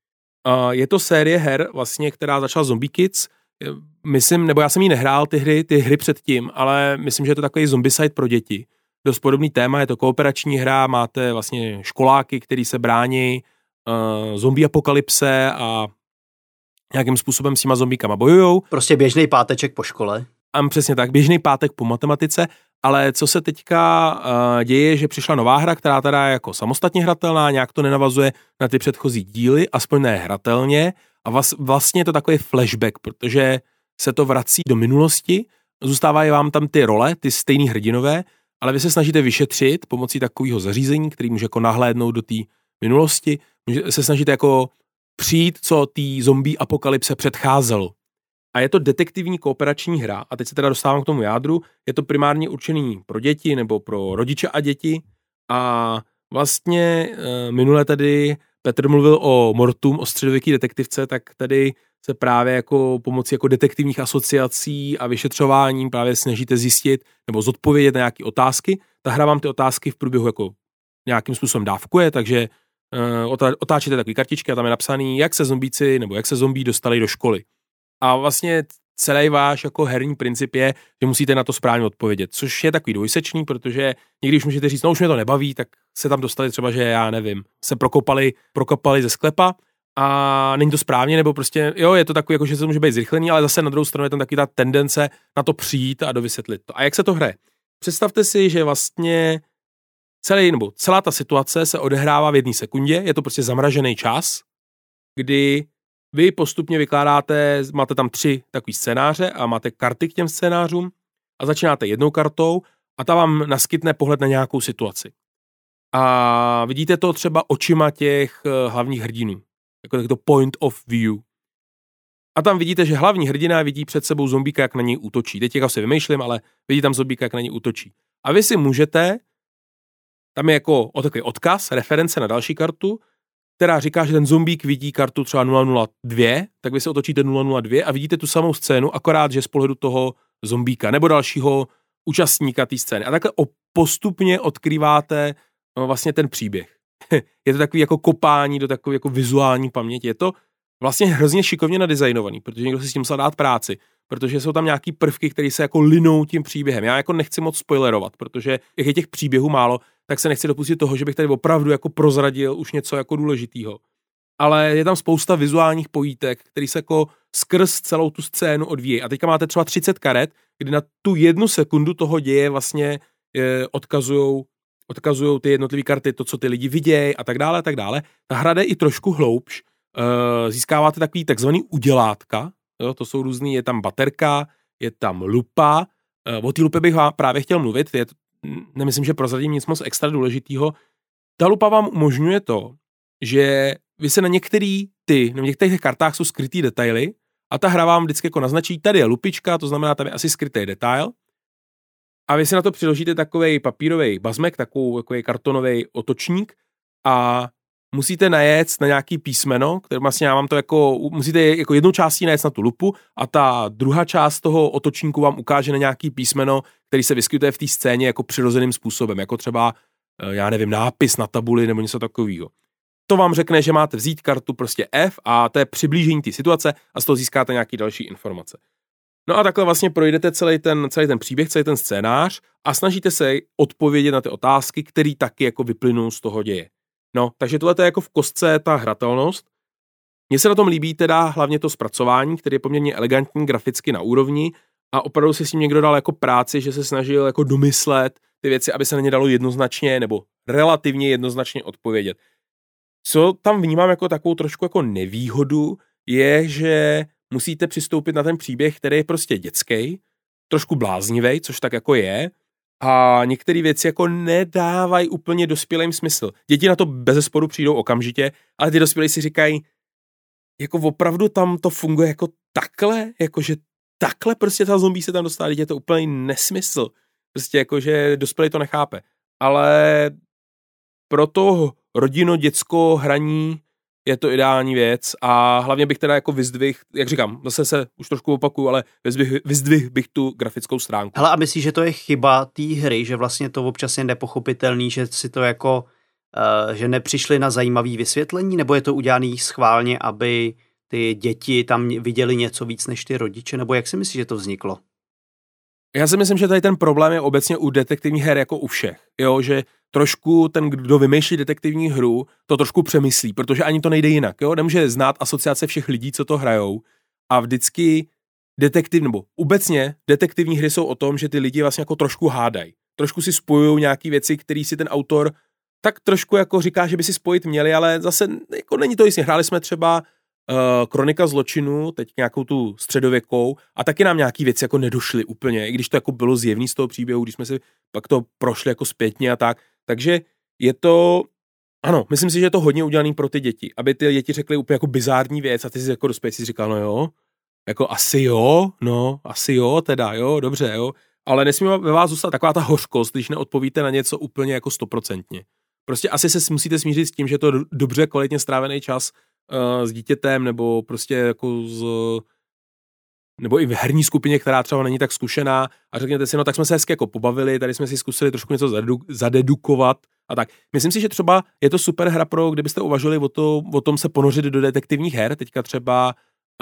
Je to série her, vlastně, která začala Zombie Kids. Myslím, nebo já jsem jí nehrál ty hry předtím, ale myslím, že je to takový zombicide pro děti. Dost podobný téma, je to kooperační hra, máte vlastně školáky, který se brání zombie apokalypse a nějakým způsobem s těma zombíkama bojujou. Prostě běžný páteček po škole. Přesně tak, běžný pátek po matematice, ale co se teďka děje, že přišla nová hra, která teda je jako samostatně hratelná, nějak to nenavazuje na ty předchozí díly, aspoň ne hratelně a vlastně je to takový flashback, protože se to vrací do minulosti, zůstávají vám tam ty role, ty stejný hrdinové, ale vy se snažíte vyšetřit pomocí takového zařízení, který může jako nahlédnout do té minulosti, se snažíte jako přijít, co té zombie apokalypse předcházelo. A je to detektivní kooperační hra. A teď se teda dostávám k tomu jádru. Je to primárně určený pro děti nebo pro rodiče a děti. A vlastně minule tady Petr mluvil o Mortum, o středověký detektivce, tak tady se právě jako pomocí jako detektivních asociací a vyšetřování právě snažíte zjistit nebo zodpovědět na nějaké otázky. Ta hra vám ty otázky v průběhu jako nějakým způsobem dávkuje, takže otáčíte takové kartičky a tam je napsaný, jak se zombíci nebo jak se zombí dostali do školy. A vlastně celý váš jako herní princip je, že musíte na to správně odpovědět, což je takový dvojsečný, protože někdy už můžete říct, no už mě to nebaví, tak se tam dostali třeba, že já nevím, se prokopali ze sklepa a není to správně, nebo prostě, jo, je to takový, jako, že to může být zrychlený, ale zase na druhou stranu je tam takový ta tendence na to přijít a dovysvětlit to. A jak se to hraje? Představte si, že vlastně celá ta situace se odehrává v 1 sekundě, je to prostě zamražený čas, kdy vy postupně vykládáte, máte tam 3 takový scénáře a máte karty k těm scénářům a začínáte jednou kartou a ta vám naskytne pohled na nějakou situaci. A vidíte to třeba očima těch hlavních hrdinů, jako to point of view. A tam vidíte, že hlavní hrdina vidí před sebou zombíka, jak na něj útočí. Teď asi vymýšlím, ale vidí tam zombíka, jak na něj útočí. A vy si můžete Tam je jako takový odkaz, reference na další kartu, která říká, že ten zombík vidí kartu třeba 002, tak vy se otočíte 002 a vidíte tu samou scénu, akorát, že z pohledu toho zombíka nebo dalšího účastníka té scény. A takhle postupně odkrýváte vlastně ten příběh. Je to takový jako kopání do takové jako vizuální paměti. Je to vlastně hrozně šikovně nadizajnovaný, protože někdo si s tím musel dát práci, protože jsou tam nějaký prvky, které se jako linou tím příběhem. Já jako nechci moc spoilerovat, protože jak je těch příběhů málo, tak se nechci dopustit toho, že bych tady opravdu jako prozradil už něco jako důležitýho. Ale je tam spousta vizuálních pojítek, který se jako skrz celou tu scénu odvíjí. A teďka máte třeba 30 karet, kdy na tu 1 sekundu toho děje vlastně odkazujou ty jednotlivé karty, to, co ty lidi vidějí a tak dále, a tak dále. Ta hra jde i trošku hloubš. Získáváte takový takzvaný udělátka, jo, to jsou různý, je tam baterka, je tam lupa. O té lupě bych vám právě chtěl mluvit, nemyslím, že prozradím nic moc extra důležitýho. Ta lupa vám umožňuje to, že vy se na některých těch kartách jsou skrytý detaily a ta hra vám vždycky jako naznačí, tady je lupička, to znamená, tam je asi skrytý detail. A vy si na to přiložíte takovej papírový bazmek, takový kartonový otočník a musíte najet na nějaký písmeno, které vlastně já vám to jako, musíte jako jednou částí najet na tu lupu a ta druhá část toho otočníku vám ukáže na nějaký písmeno, který se vyskytuje v té scéně jako přirozeným způsobem, jako třeba, já nevím, nápis na tabuli nebo něco takového. To vám řekne, že máte vzít kartu prostě F a to je přiblížení té situace a z toho získáte nějaký další informace. No a takhle vlastně projdete celý ten příběh, celý ten scénář a snažíte se odpovědět na ty otázky, které taky jako vyplynou z toho děje. No, takže tohle je jako v kostce ta hratelnost. Mně se na tom líbí teda hlavně to zpracování, které je poměrně elegantní, graficky na úrovni a opravdu si s tím někdo dal jako práci, že se snažil jako domyslet ty věci, aby se na ně dalo jednoznačně nebo relativně jednoznačně odpovědět. Co tam vnímám jako takovou trošku jako nevýhodu, je, že musíte přistoupit na ten příběh, který je prostě dětský, trošku bláznivý, což tak jako je, a některé věci jako nedávají úplně dospělým smysl. Děti na to bezesporu přijdou okamžitě, ale ty dospělí si říkají, jako opravdu tam to funguje jako takhle, jakože takhle prostě ta zombie se tam dostává, je to úplně nesmysl. Prostě jakože dospělý to nechápe. Ale pro to rodino-dětsko hraní je to ideální věc a hlavně bych teda jako vyzdvihl, jak říkám, zase se už trošku opakuju, ale vyzdvihl bych tu grafickou stránku. Hele, a myslíš, že to je chyba té hry, že vlastně to občas je nepochopitelný, že si to jako, že nepřišli na zajímavý vysvětlení, nebo je to udělaný schválně, aby ty děti tam viděli něco víc než ty rodiče, nebo jak si myslíš, že to vzniklo? Já si myslím, že tady ten problém je obecně u detektivních her jako u všech, jo, že trošku ten, kdo vymýšlí detektivní hru, to trošku přemyslí, protože ani to nejde jinak, jo, nemůže znát asociace všech lidí, co to hrajou a vždycky nebo obecně detektivní hry jsou o tom, že ty lidi vlastně jako trošku hádají, trošku si spojují nějaký věci, který si ten autor tak trošku jako říká, že by si spojit měli, ale zase jako není to jistě. Hráli jsme třeba Kronika zločinu, teď nějakou tu středověkou a taky nám nějaký věci jako nedošly úplně, i když to jako bylo zjevný z toho příběhu, když jsme si pak to prošli jako zpětně a tak. Takže je to, ano, myslím si, že je to hodně udělaný pro ty děti, aby ty děti řekly úplně jako bizární věc a ty si jako dospělý si říkal, no jo, jako asi jo, teda jo, dobře, jo, ale nesmí ve vás zůstat taková ta hořkost, když neodpovíte na něco úplně jako 100%. Prostě asi se musíte smířit s tím, že je to dobře kvalitně strávený čas s dítětem, nebo prostě jako nebo i v herní skupině, která třeba není tak zkušená a řekněte si, no tak jsme se hezky jako pobavili, tady jsme si zkusili trošku něco zadedukovat a tak. Myslím si, že třeba je to super hra pro, kdybyste uvažovali o tom se ponořit do detektivních her, teďka třeba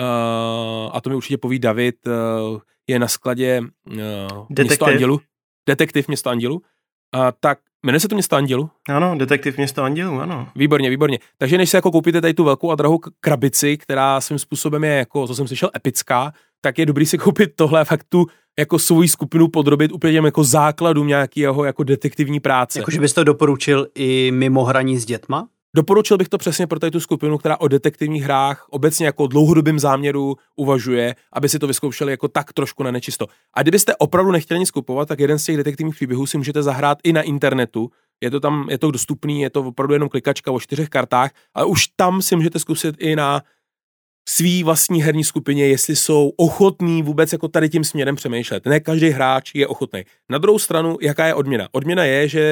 a to mi určitě poví David, je na skladě Město Andělu, Detektiv Město Andělu, tak jmenuje se to Město Andělu? Ano, Detektiv Město Andělu, ano. Výborně, výborně. Takže než se jako koupíte tady tu velkou a drahou krabici, která svým způsobem je jako, co jsem slyšel, epická, tak je dobrý si koupit tohle fakt tu jako svou skupinu podrobit úplně těm jako základům nějakého jako detektivní práce. Jakože bys to doporučil i mimo hraní s dětma? Doporučil bych to přesně pro tady tu skupinu, která o detektivních hrách obecně jako dlouhodobým záměru uvažuje, aby si to vyzkoušeli jako tak trošku na nečisto. A kdybyste opravdu nechtěli nic kupovat, tak jeden z těch detektivních příběhů si můžete zahrát i na internetu. Je to dostupný, je to opravdu jenom klikačka o 4 kartách, ale už tam si můžete zkusit i na svý vlastní herní skupině, jestli jsou ochotní vůbec jako tady tím směrem přemýšlet. Ne každý hráč je ochotný. Na druhou stranu, jaká je odměna? Odměna je, že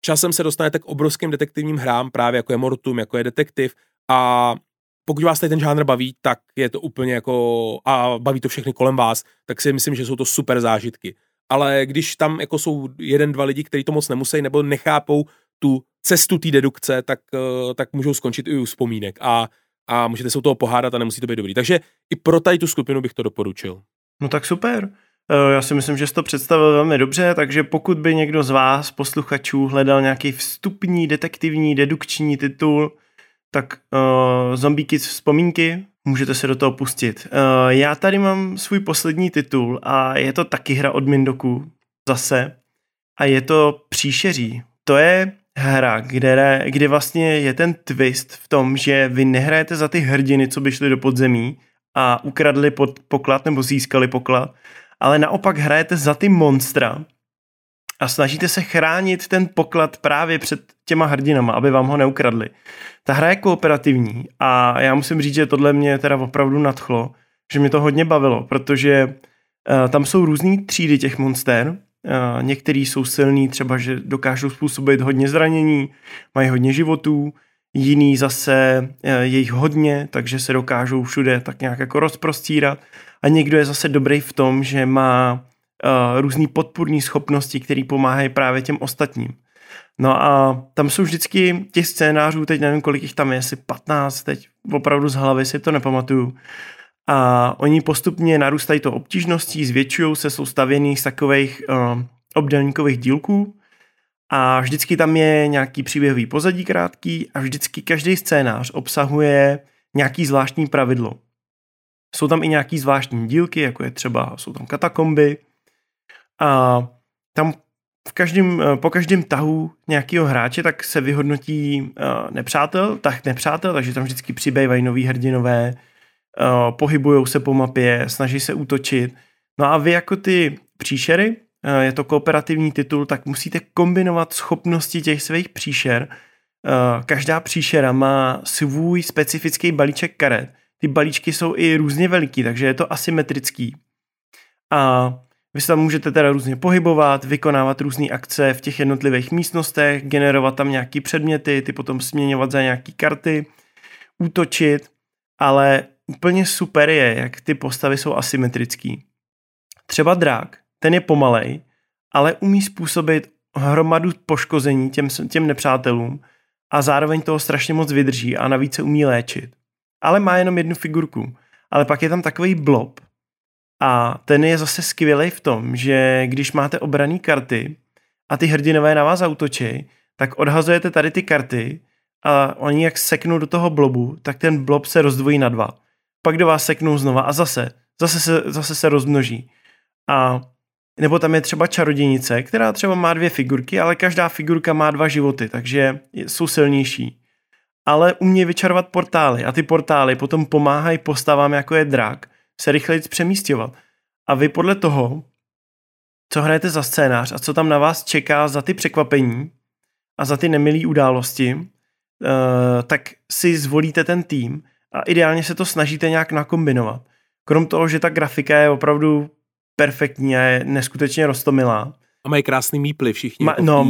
časem se dostanete k obrovským detektivním hrám, právě jako je Mortum, jako je Detektiv a pokud vás tady ten žánr baví, tak je to úplně jako, a baví to všechny kolem vás, tak si myslím, že jsou to super zážitky. Ale když tam jako jsou 1-2 lidi, kteří to moc nemusí nebo nechápou tu cestu té dedukce, tak můžou skončit i u vzpomínek a můžete se u toho pohádat a nemusí to být dobrý. Takže i pro tady tu skupinu bych to doporučil. No tak super. Já si myslím, že jsi to představil velmi dobře, takže pokud by někdo z vás, posluchačů, hledal nějaký vstupní, detektivní, dedukční titul, tak Zombie Kids vzpomínky, můžete se do toho pustit. Já tady mám svůj poslední titul a je to taky hra od Mindoku zase a je to Příšeří. To je hra, kde vlastně je ten twist v tom, že vy nehrajete za ty hrdiny, co by šli do podzemí a ukradli poklad nebo získali poklad, ale naopak hrajete za ty monstra a snažíte se chránit ten poklad právě před těma hrdinama, aby vám ho neukradli. Ta hra je kooperativní a já musím říct, že tohle mě teda opravdu nadchlo, že mě to hodně bavilo, protože tam jsou různý třídy těch monster, některý jsou silný, třeba že dokážou způsobit hodně zranění, mají hodně životů, jiný zase je jich hodně, takže se dokážou všude tak nějak jako rozprostírat a někdo je zase dobrý v tom, že má různý podpůrní schopnosti, které pomáhají právě těm ostatním. No a tam jsou vždycky těch scénářů, teď nevím, kolik jich tam je, asi 15, teď opravdu z hlavy si to nepamatuju. A oni postupně narůstají to obtížností, zvětšují se, jsou stavěný z takových obdélníkových dílků a vždycky tam je nějaký příběhový pozadí krátký a vždycky každý scénář obsahuje nějaký zvláštní pravidlo. Jsou tam i nějaký zvláštní dílky, jako je třeba, jsou tam katakomby a tam po každém tahu nějakého hráče tak se vyhodnotí nepřátel, takže tam vždycky přibývají noví hrdinové, pohybujou se po mapě, snaží se útočit. No a vy jako ty příšery, je to kooperativní titul, tak musíte kombinovat schopnosti těch svých příšer. Každá příšera má svůj specifický balíček karet. Ty balíčky jsou i různě veliký, takže je to asymetrický. A vy se tam můžete teda různě pohybovat, vykonávat různé akce v těch jednotlivých místnostech, generovat tam nějaký předměty, ty potom směňovat za nějaký karty, útočit, ale úplně super je, jak ty postavy jsou asymetrický. Třeba drak, ten je pomalej, ale umí způsobit hromadu poškození těm nepřátelům a zároveň toho strašně moc vydrží a navíc se umí léčit. Ale má jenom jednu figurku. Ale pak je tam takový blob a ten je zase skvělej v tom, že když máte obraný karty a ty hrdinové na vás zaútočí, tak odhazujete tady ty karty a oni jak seknou do toho blobu, tak ten blob se rozdvojí na 2. Pak do vás seknou znova a zase se rozmnoží. A nebo tam je třeba čarodějnice, která třeba má 2 figurky, ale každá figurka má 2 životy, takže jsou silnější. Ale umějí vyčarovat portály a ty portály potom pomáhají postavám, jako je drak, se rychleji přemísťovat. A vy podle toho, co hrajete za scénář a co tam na vás čeká za ty překvapení a za ty nemilé události, tak si zvolíte ten tým a ideálně se to snažíte nějak nakombinovat. Krom toho, že ta grafika je opravdu perfektní a je neskutečně roztomilá. A mají krásný míply všichni.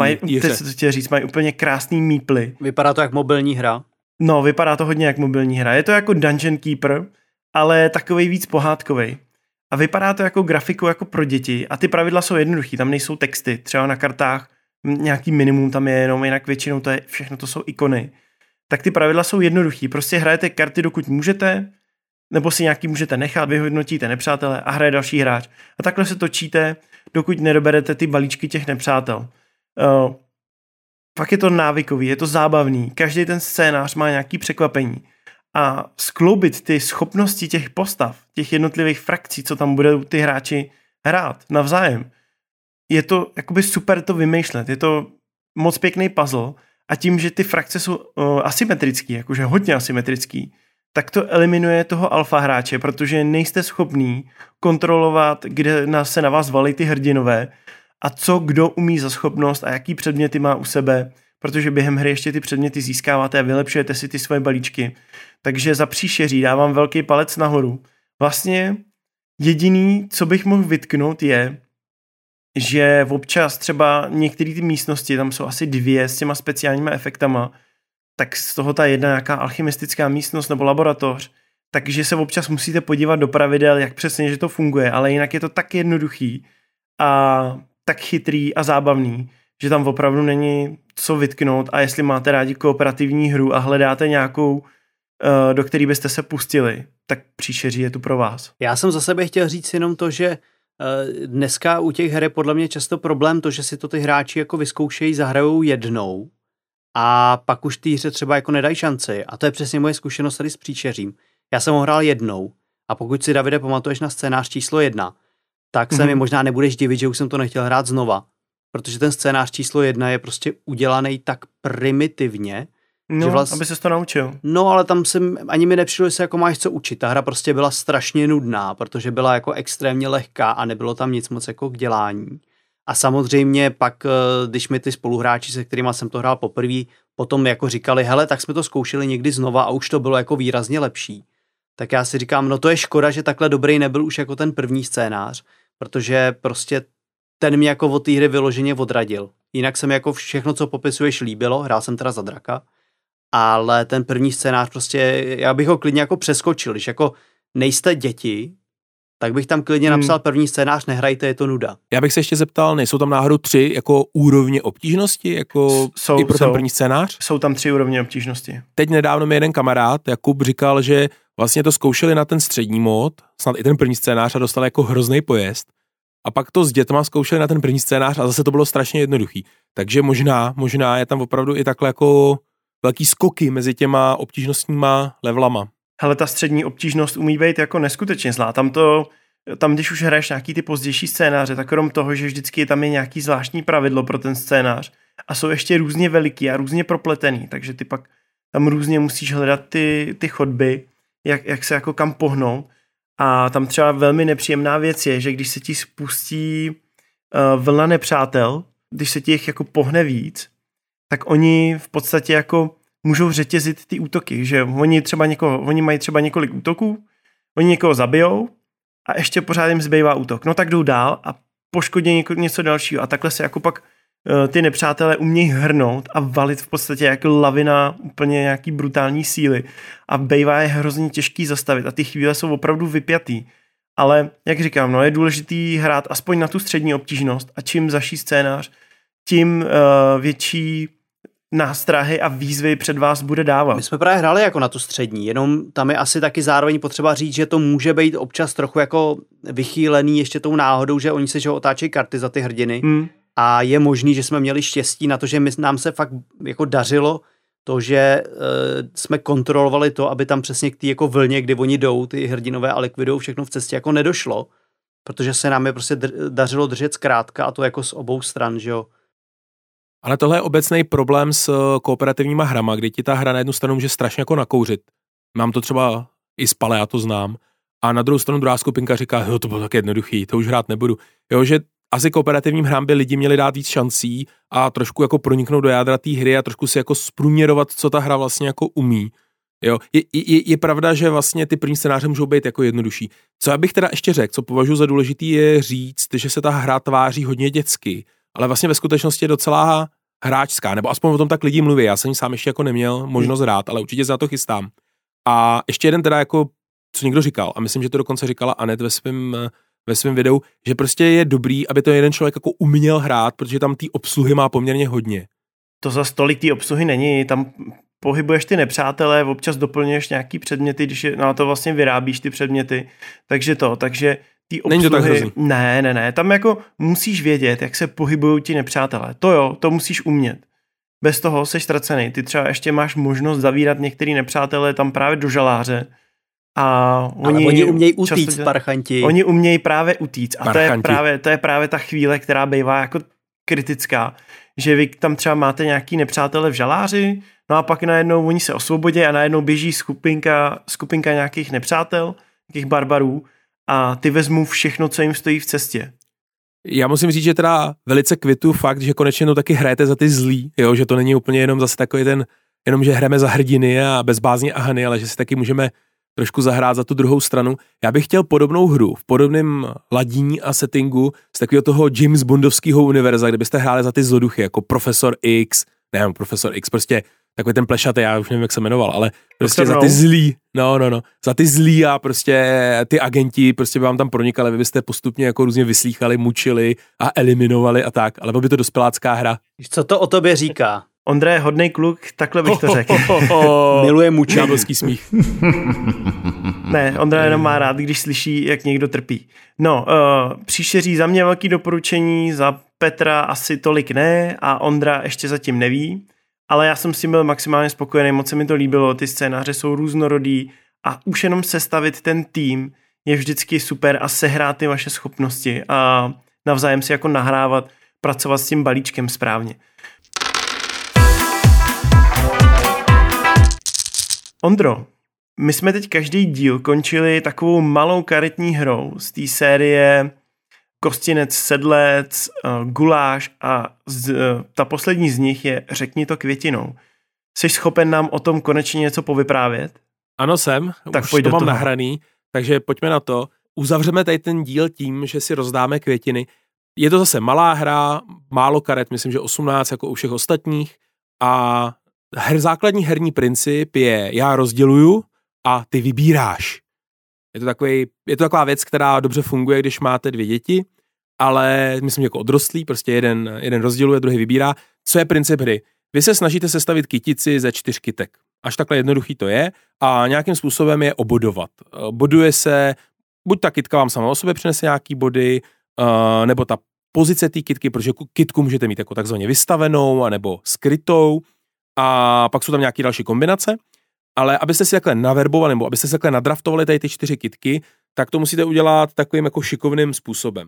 Mají úplně krásný míply. Vypadá to jak mobilní hra. No, vypadá to hodně jak mobilní hra. Je to jako Dungeon Keeper, ale takovej víc pohádkovej. A vypadá to jako grafiku jako pro děti a ty pravidla jsou jednoduchý, tam nejsou texty, třeba na kartách nějaký minimum tam je jenom, jinak většinou to je, všechno to jsou ikony. Tak ty pravidla jsou jednoduchý, prostě hrajete karty, dokud můžete, nebo si nějaký můžete nechat, vyhodnotíte nepřátele a hraje další hráč. A takhle se točíte, dokud nedoberete ty balíčky těch nepřátel. Fakt je to návykový, je to zábavný, každý ten scénář má nějaký překvapení. A skloubit ty schopnosti těch postav, těch jednotlivých frakcí, co tam budou ty hráči hrát navzájem, je to jakoby super to vymýšlet, je to moc pěkný puzzle a tím, že ty frakce jsou asymetrický, jakože hodně asymetrický, tak to eliminuje toho alfa hráče, protože nejste schopný kontrolovat, kde se na vás valí ty hrdinové a co kdo umí za schopnost a jaký předměty má u sebe, protože během hry ještě ty předměty získáváte a vylepšujete si ty svoje balíčky. Takže za Příšeří dávám velký palec nahoru. Vlastně jediný, co bych mohl vytknout je, že občas třeba některé ty místnosti, tam jsou asi 2 s těma speciálníma efektama, tak z toho ta jedna nějaká alchymistická místnost nebo laboratoř, takže se občas musíte podívat do pravidel, jak přesně, že to funguje, ale jinak je to tak jednoduchý a tak chytrý a zábavný, že tam opravdu není co vytknout a jestli máte rádi kooperativní hru a hledáte nějakou, do které byste se pustili, tak Příšeří je tu pro vás. Já jsem za sebe chtěl říct jenom to, že dneska u těch her je podle mě často problém to, že si to ty hráči jako vyzkoušejí, zahrajou jednou a pak už té hře třeba jako nedají šanci. A to je přesně moje zkušenost tady s Příšeřím. Já jsem ho hrál jednou a pokud si, Davide, pamatuješ na scénář číslo 1, tak se mi možná nebudeš divit, že už jsem to nechtěl hrát znova, protože ten scénář číslo 1 je prostě udělaný tak primitivně, no, že aby ses to naučil. No, ale tam ani mi nepřišlo, že se jako máš co učit. Ta hra prostě byla strašně nudná, protože byla jako extrémně lehká a nebylo tam nic moc jako k dělání. A samozřejmě pak, když mi ty spoluhráči, se kterými jsem to hrál poprvé, potom jako říkali, hele, tak jsme to zkoušeli někdy znova a už to bylo jako výrazně lepší. Tak já si říkám, no to je škoda, že takhle dobrý nebyl už jako ten první scénář, protože prostě ten mě jako od té hry vyloženě odradil. Jinak se mi jako všechno, co popisuješ, líbilo, hrál jsem teda za draka, ale ten první scénář prostě, já bych ho klidně jako přeskočil, když jako nejste děti, tak bych tam klidně napsal první scénář, nehrajte, je to nuda. Já bych se ještě zeptal, nejsou tam náhodou 3 jako úrovně obtížnosti, jako i pro ten první scénář? Jsou tam 3 úrovně obtížnosti. Teď nedávno mi jeden kamarád, Jakub, říkal, že vlastně to zkoušeli na ten střední mód, snad i ten první scénář a dostali jako hrozný pojezd. A pak to s dětma zkoušeli na ten první scénář a zase to bylo strašně jednoduchý. Takže možná je tam opravdu i takhle jako velký skoky mezi těma obtížnostníma levelama. Hele, ta střední obtížnost umí být jako neskutečně zlá. Tam když už hraješ nějaký ty pozdější scénáře, tak krom toho, že vždycky tam je nějaký zvláštní pravidlo pro ten scénář a jsou ještě různě veliký a různě propletený, takže ty pak tam různě musíš hledat ty chodby, jak se jako kam pohnout. A tam třeba velmi nepříjemná věc je, že když se ti spustí vlna nepřátel, když se ti jich jako pohne víc, tak oni v podstatě jako můžou řetězit ty útoky, že oni mají třeba několik útoků, oni někoho zabijou a ještě pořád jim zbývá útok. No tak jdou dál a poškodí něco dalšího a takhle se jako pak ty nepřátelé umějí hrnout a valit v podstatě jako lavina úplně nějaký brutální síly a bývá je hrozně těžký zastavit a ty chvíle jsou opravdu vypjatý. Ale jak říkám, je důležitý hrát aspoň na tu střední obtížnost a čím zaší scénář, tím větší nástrahy a výzvy před vás bude dávat. My jsme právě hráli jako na tu střední, jenom tam je asi taky zároveň potřeba říct, že to může být občas trochu jako vychýlený ještě tou náhodou, že oni se otáčejí karty za ty hrdiny a je možný, že jsme měli štěstí na to, že nám se fakt jako dařilo to, že jsme kontrolovali to, aby tam přesně k té jako vlně, kdy oni jdou, ty hrdinové a likvidujou všechno v cestě, jako nedošlo, protože se nám je prostě dařilo držet zkrátka a to jako z obou stran, že jo. Ale tohle je obecný problém s kooperativníma hrama, kdy ti ta hra na jednu stranu může strašně jako nakouřit. Mám to třeba i z Pale, já to znám. A na druhou stranu druhá skupinka říká, to bylo tak jednoduchý, to už hrát nebudu. Jo, že asi kooperativním hrám by lidi měli dát víc šancí a trošku jako proniknout do jádra té hry a trošku si jako zprůměrovat, co ta hra vlastně jako umí. Jo, je pravda, že vlastně ty první scénáře můžou být jako jednodušší. Co já bych teda ještě řekl, co považuji za důležitý, je říct, že se ta hra tváří hodně dětsky, ale vlastně ve skutečnosti je docela hráčská, nebo aspoň o tom tak lidi mluví. Já jsem ji sám ještě jako neměl možnost hrát, ale určitě se na to chystám. A ještě jeden teda jako, co někdo říkal, a myslím, že to dokonce říkala Anet ve svém videu, že prostě je dobrý, aby to jeden člověk jako uměl hrát, protože tam té obsluhy má poměrně hodně. To za tolik té obsluhy není, tam pohybuješ ty nepřátelé, občas doplňuješ nějaký předměty, když na to vlastně vyrábíš ty předměty, takže ty obsluhy... Není to tak hrozný. Ne, tam jako musíš vědět, jak se pohybují ti nepřátelé. To musíš umět. Bez toho seš ztracený. Ty třeba ještě máš možnost zavírat některý nepřátelé tam právě do žaláře. Ale oni umějí utíct, parchanti. Oni umějí právě utíct. A to je právě ta chvíle, která bývá jako kritická. Že vy tam třeba máte nějaký nepřátelé v žaláři, no a pak najednou oni se osvobodí a najednou běží skupinka nějakých nepřátel, nějakých barbarů a ty vezmou všechno, co jim stojí v cestě. Já musím říct, že teda velice kvitu fakt, že konečně to taky hrajete za ty zlý, jo, že to není úplně jenom zase takový jenom že hrajeme za hrdiny a bezbázně ahany, ale že si taky můžeme trošku zahrát za tu druhou stranu. Já bych chtěl podobnou hru v podobném ladění a settingu z takového toho James Bondovského univerza, kde byste hráli za ty zloduchy, jako Profesor X, nevím, Profesor X, prostě takový ten plešatý, já už nevím, jak se jmenoval, ale prostě za ty zlý, za ty zlý a prostě ty agenti prostě by vám tam pronikali, vy byste postupně jako různě vyslýchali, mučili a eliminovali a tak, ale by to dospělácká hra. Co to o tobě říká? Ondra je hodnej kluk, takhle bych to řekl. Miluje mučení. Ďábelský smích. Ne, Ondra jenom má rád, když slyší, jak někdo trpí. No, příšeří za mě velký doporučení, za Petra asi tolik ne a Ondra ještě zatím neví, ale já jsem s tím byl maximálně spokojený, moc se mi to líbilo, ty scénáře jsou různorodý a už jenom sestavit ten tým je vždycky super a sehrát ty vaše schopnosti a navzájem si jako nahrávat, pracovat s tím balíčkem správně. Ondro, my jsme teď každý díl končili takovou malou karetní hrou z té série Kostinec, Sedlec, Guláš a ta poslední z nich je Řekni to květinou. Jsi schopen nám o tom konečně něco povyprávět? Ano, jsem. Tak už to mám nahraný, takže pojďme na to. Uzavřeme tady ten díl tím, že si rozdáme květiny. Je to zase malá hra, málo karet, myslím, že 18 jako u všech ostatních a základní herní princip je já rozděluju a ty vybíráš. Je to taková věc, která dobře funguje, když máte 2 děti, ale myslím, jako odrostlý, prostě jeden rozděluje, druhý vybírá. Co je princip hry? Vy se snažíte sestavit kytici ze 4 kytek. Až takhle jednoduchý to je a nějakým způsobem je obodovat. Boduje se, buď ta kytka vám sama o sobě přinese nějaký body, nebo ta pozice té kytky, protože kytku můžete mít jako takzvaně vystavenou, anebo skrytou, a pak jsou tam nějaké další kombinace, ale abyste si takhle naverbovali, nebo abyste si takhle nadraftovali tady ty 4 kytky, tak to musíte udělat takovým jako šikovným způsobem.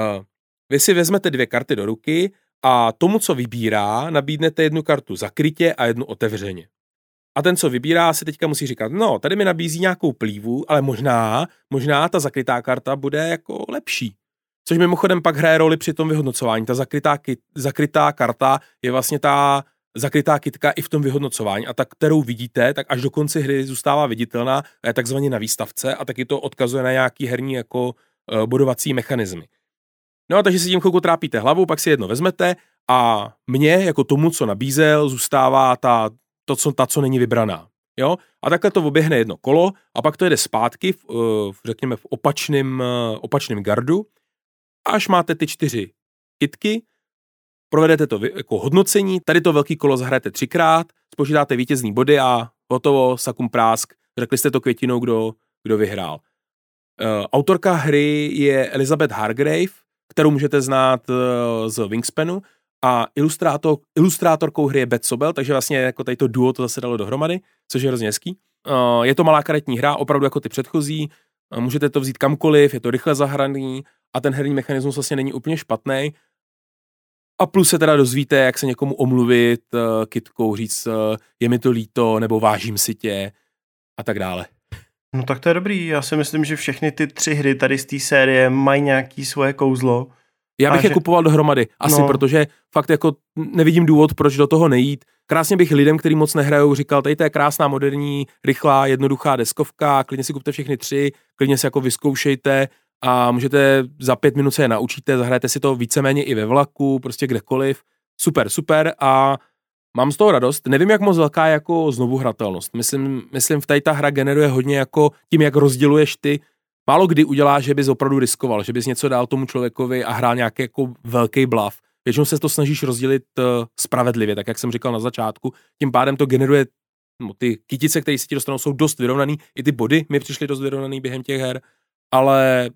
Vy si vezmete 2 karty do ruky a tomu, co vybírá, nabídnete 1 kartu zakrytě a 1 otevřeně. A ten, co vybírá, si teďka musí říkat, no, tady mi nabízí nějakou plývu, ale možná ta zakrytá karta bude jako lepší. Což mimochodem pak hraje roli při tom vyhodnocování. Ta zakrytá karta je vlastně ta zakrytá kytka i v tom vyhodnocování a ta, kterou vidíte, tak až do konce hry zůstává viditelná a je takzvaně na výstavce a taky to odkazuje na nějaký herní jako bodovací mechanismy. No a takže si tím chvilku trápíte hlavu, pak si jedno vezmete a mně jako tomu, co nabízel, zůstává ta, co není vybraná. Jo? A takhle to oběhne jedno kolo a pak to jede zpátky, řekněme v opačném gardu, až máte ty 4 kytky, provedete to jako hodnocení, tady to velký kolo zahrajete 3krát, spočítáte vítězný body a hotovo, sakum prásk, řekli jste to květinou, kdo vyhrál. Autorka hry je Elizabeth Hargrave, kterou můžete znát z Wingspanu a ilustrátorkou hry je Beth Sobel, takže vlastně jako tady to duo to zase dalo dohromady, což je hrozně hezký. Je to malá karetní hra, opravdu jako ty předchozí, můžete to vzít kamkoliv, je to rychle zahraný a ten herní mechanismus vlastně není úplně špatný. A plus se teda dozvíte, jak se někomu omluvit kytkou, říct je mi to líto, nebo vážím si tě a tak dále. No tak to je dobrý, já si myslím, že všechny ty 3 hry tady z té série mají nějaký svoje kouzlo. Já bych je kupoval dohromady, asi, protože fakt jako nevidím důvod, proč do toho nejít. Krásně bych lidem, kteří moc nehrajou, říkal, tady to je krásná, moderní, rychlá, jednoduchá deskovka, klidně si kupte všechny 3, klidně si jako vyzkoušejte a můžete za 5 minut se je naučíte, zahrajete si to víceméně i ve vlaku, prostě kdekoliv. Super a mám z toho radost. Nevím, jak moc velká je jako znovu hratelnost. Myslím, v tady ta hra generuje hodně jako tím, jak rozděluješ ty. Málo kdy uděláš, že bys opravdu riskoval, že bys něco dal tomu člověkovi a hrál nějaký jako velký bluff. Většinou se to snažíš rozdělit spravedlivě, tak jak jsem říkal na začátku. Tím pádem to generuje, ty kytice, které si ti dostanou, jsou dost vyrovnaný. I ty body mi přišly dost vyrovnaný během těch her, ale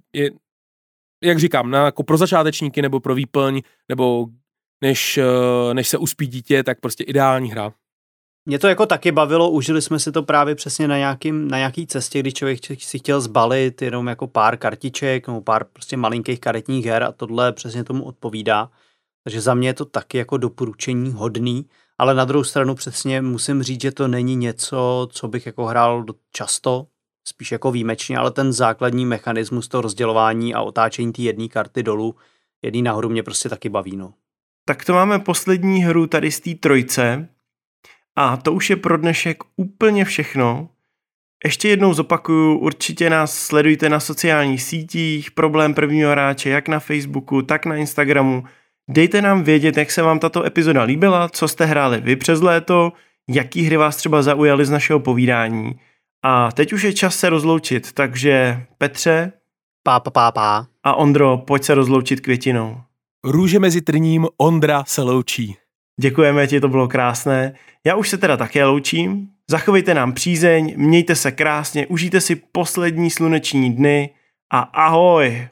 jak říkám, jako pro začátečníky nebo pro výplň, nebo než se uspí dítě, tak prostě ideální hra. Mě to jako taky bavilo, užili jsme si to právě přesně na nějaký cestě, když člověk si chtěl zbalit jenom jako pár kartiček nebo pár prostě malinkých karetních her a tohle přesně tomu odpovídá. Takže za mě je to taky jako doporučení hodný, ale na druhou stranu přesně musím říct, že to není něco, co bych jako hrál často, spíš jako výjimečně, ale ten základní mechanismus toho rozdělování a otáčení té jedné karty dolů, jedný nahoru mě prostě taky baví, no. Tak to máme poslední hru tady z té trojce a to už je pro dnešek úplně všechno. Ještě jednou zopakuju, určitě nás sledujte na sociálních sítích, Problém prvního hráče, jak na Facebooku, tak na Instagramu. Dejte nám vědět, jak se vám tato epizoda líbila, co jste hráli vy přes léto, jaký hry vás třeba zaujaly z našeho povídání. A teď už je čas se rozloučit, takže Petře Pá. a Ondro, pojď se rozloučit květinou. Růže mezi trním, Ondra se loučí. Děkujeme ti, to bylo krásné. Já už se teda také loučím. Zachovejte nám přízeň, mějte se krásně, užijte si poslední sluneční dny a ahoj!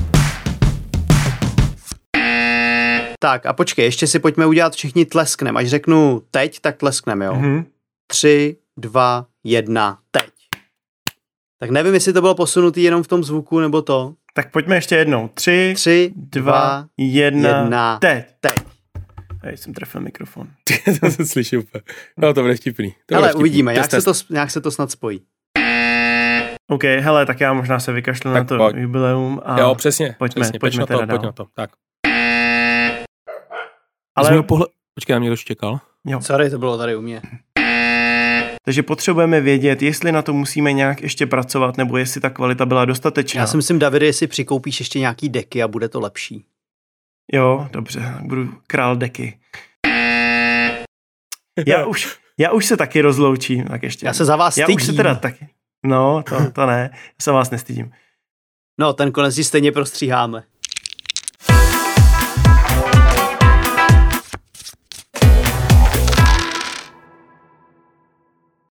Tak a počkej, ještě si pojďme udělat všichni tlesknem. Až řeknu teď, tak tlesknem, jo? 3, 2, 1, teď. Tak nevím, jestli to bylo posunutý jenom v tom zvuku, nebo to. Tak pojďme ještě jednou. 3, 2, 1, teď. Tady jsem trefil mikrofon. To se slyší úplně. No to bude vtipný. Hele, uvidíme, nějak se to snad spojí. OK, hele, tak já možná se vykašlu na to jubileum. A jo, přesně. Pojďme teda pojď na to. Tak. Ale... Počkej, na mě kdo čekal? Jo. Sorry, to bylo tady u mě. Takže potřebujeme vědět, jestli na to musíme nějak ještě pracovat, nebo jestli ta kvalita byla dostatečná. Já si myslím, Davide, jestli přikoupíš ještě nějaký deky a bude to lepší. Jo, dobře, budu král deky. Já už se taky rozloučím, tak ještě. Já se za vás stydím. Já už se teda taky. No, to ne, já se vás nestydím. No, ten konec si stejně prostříháme.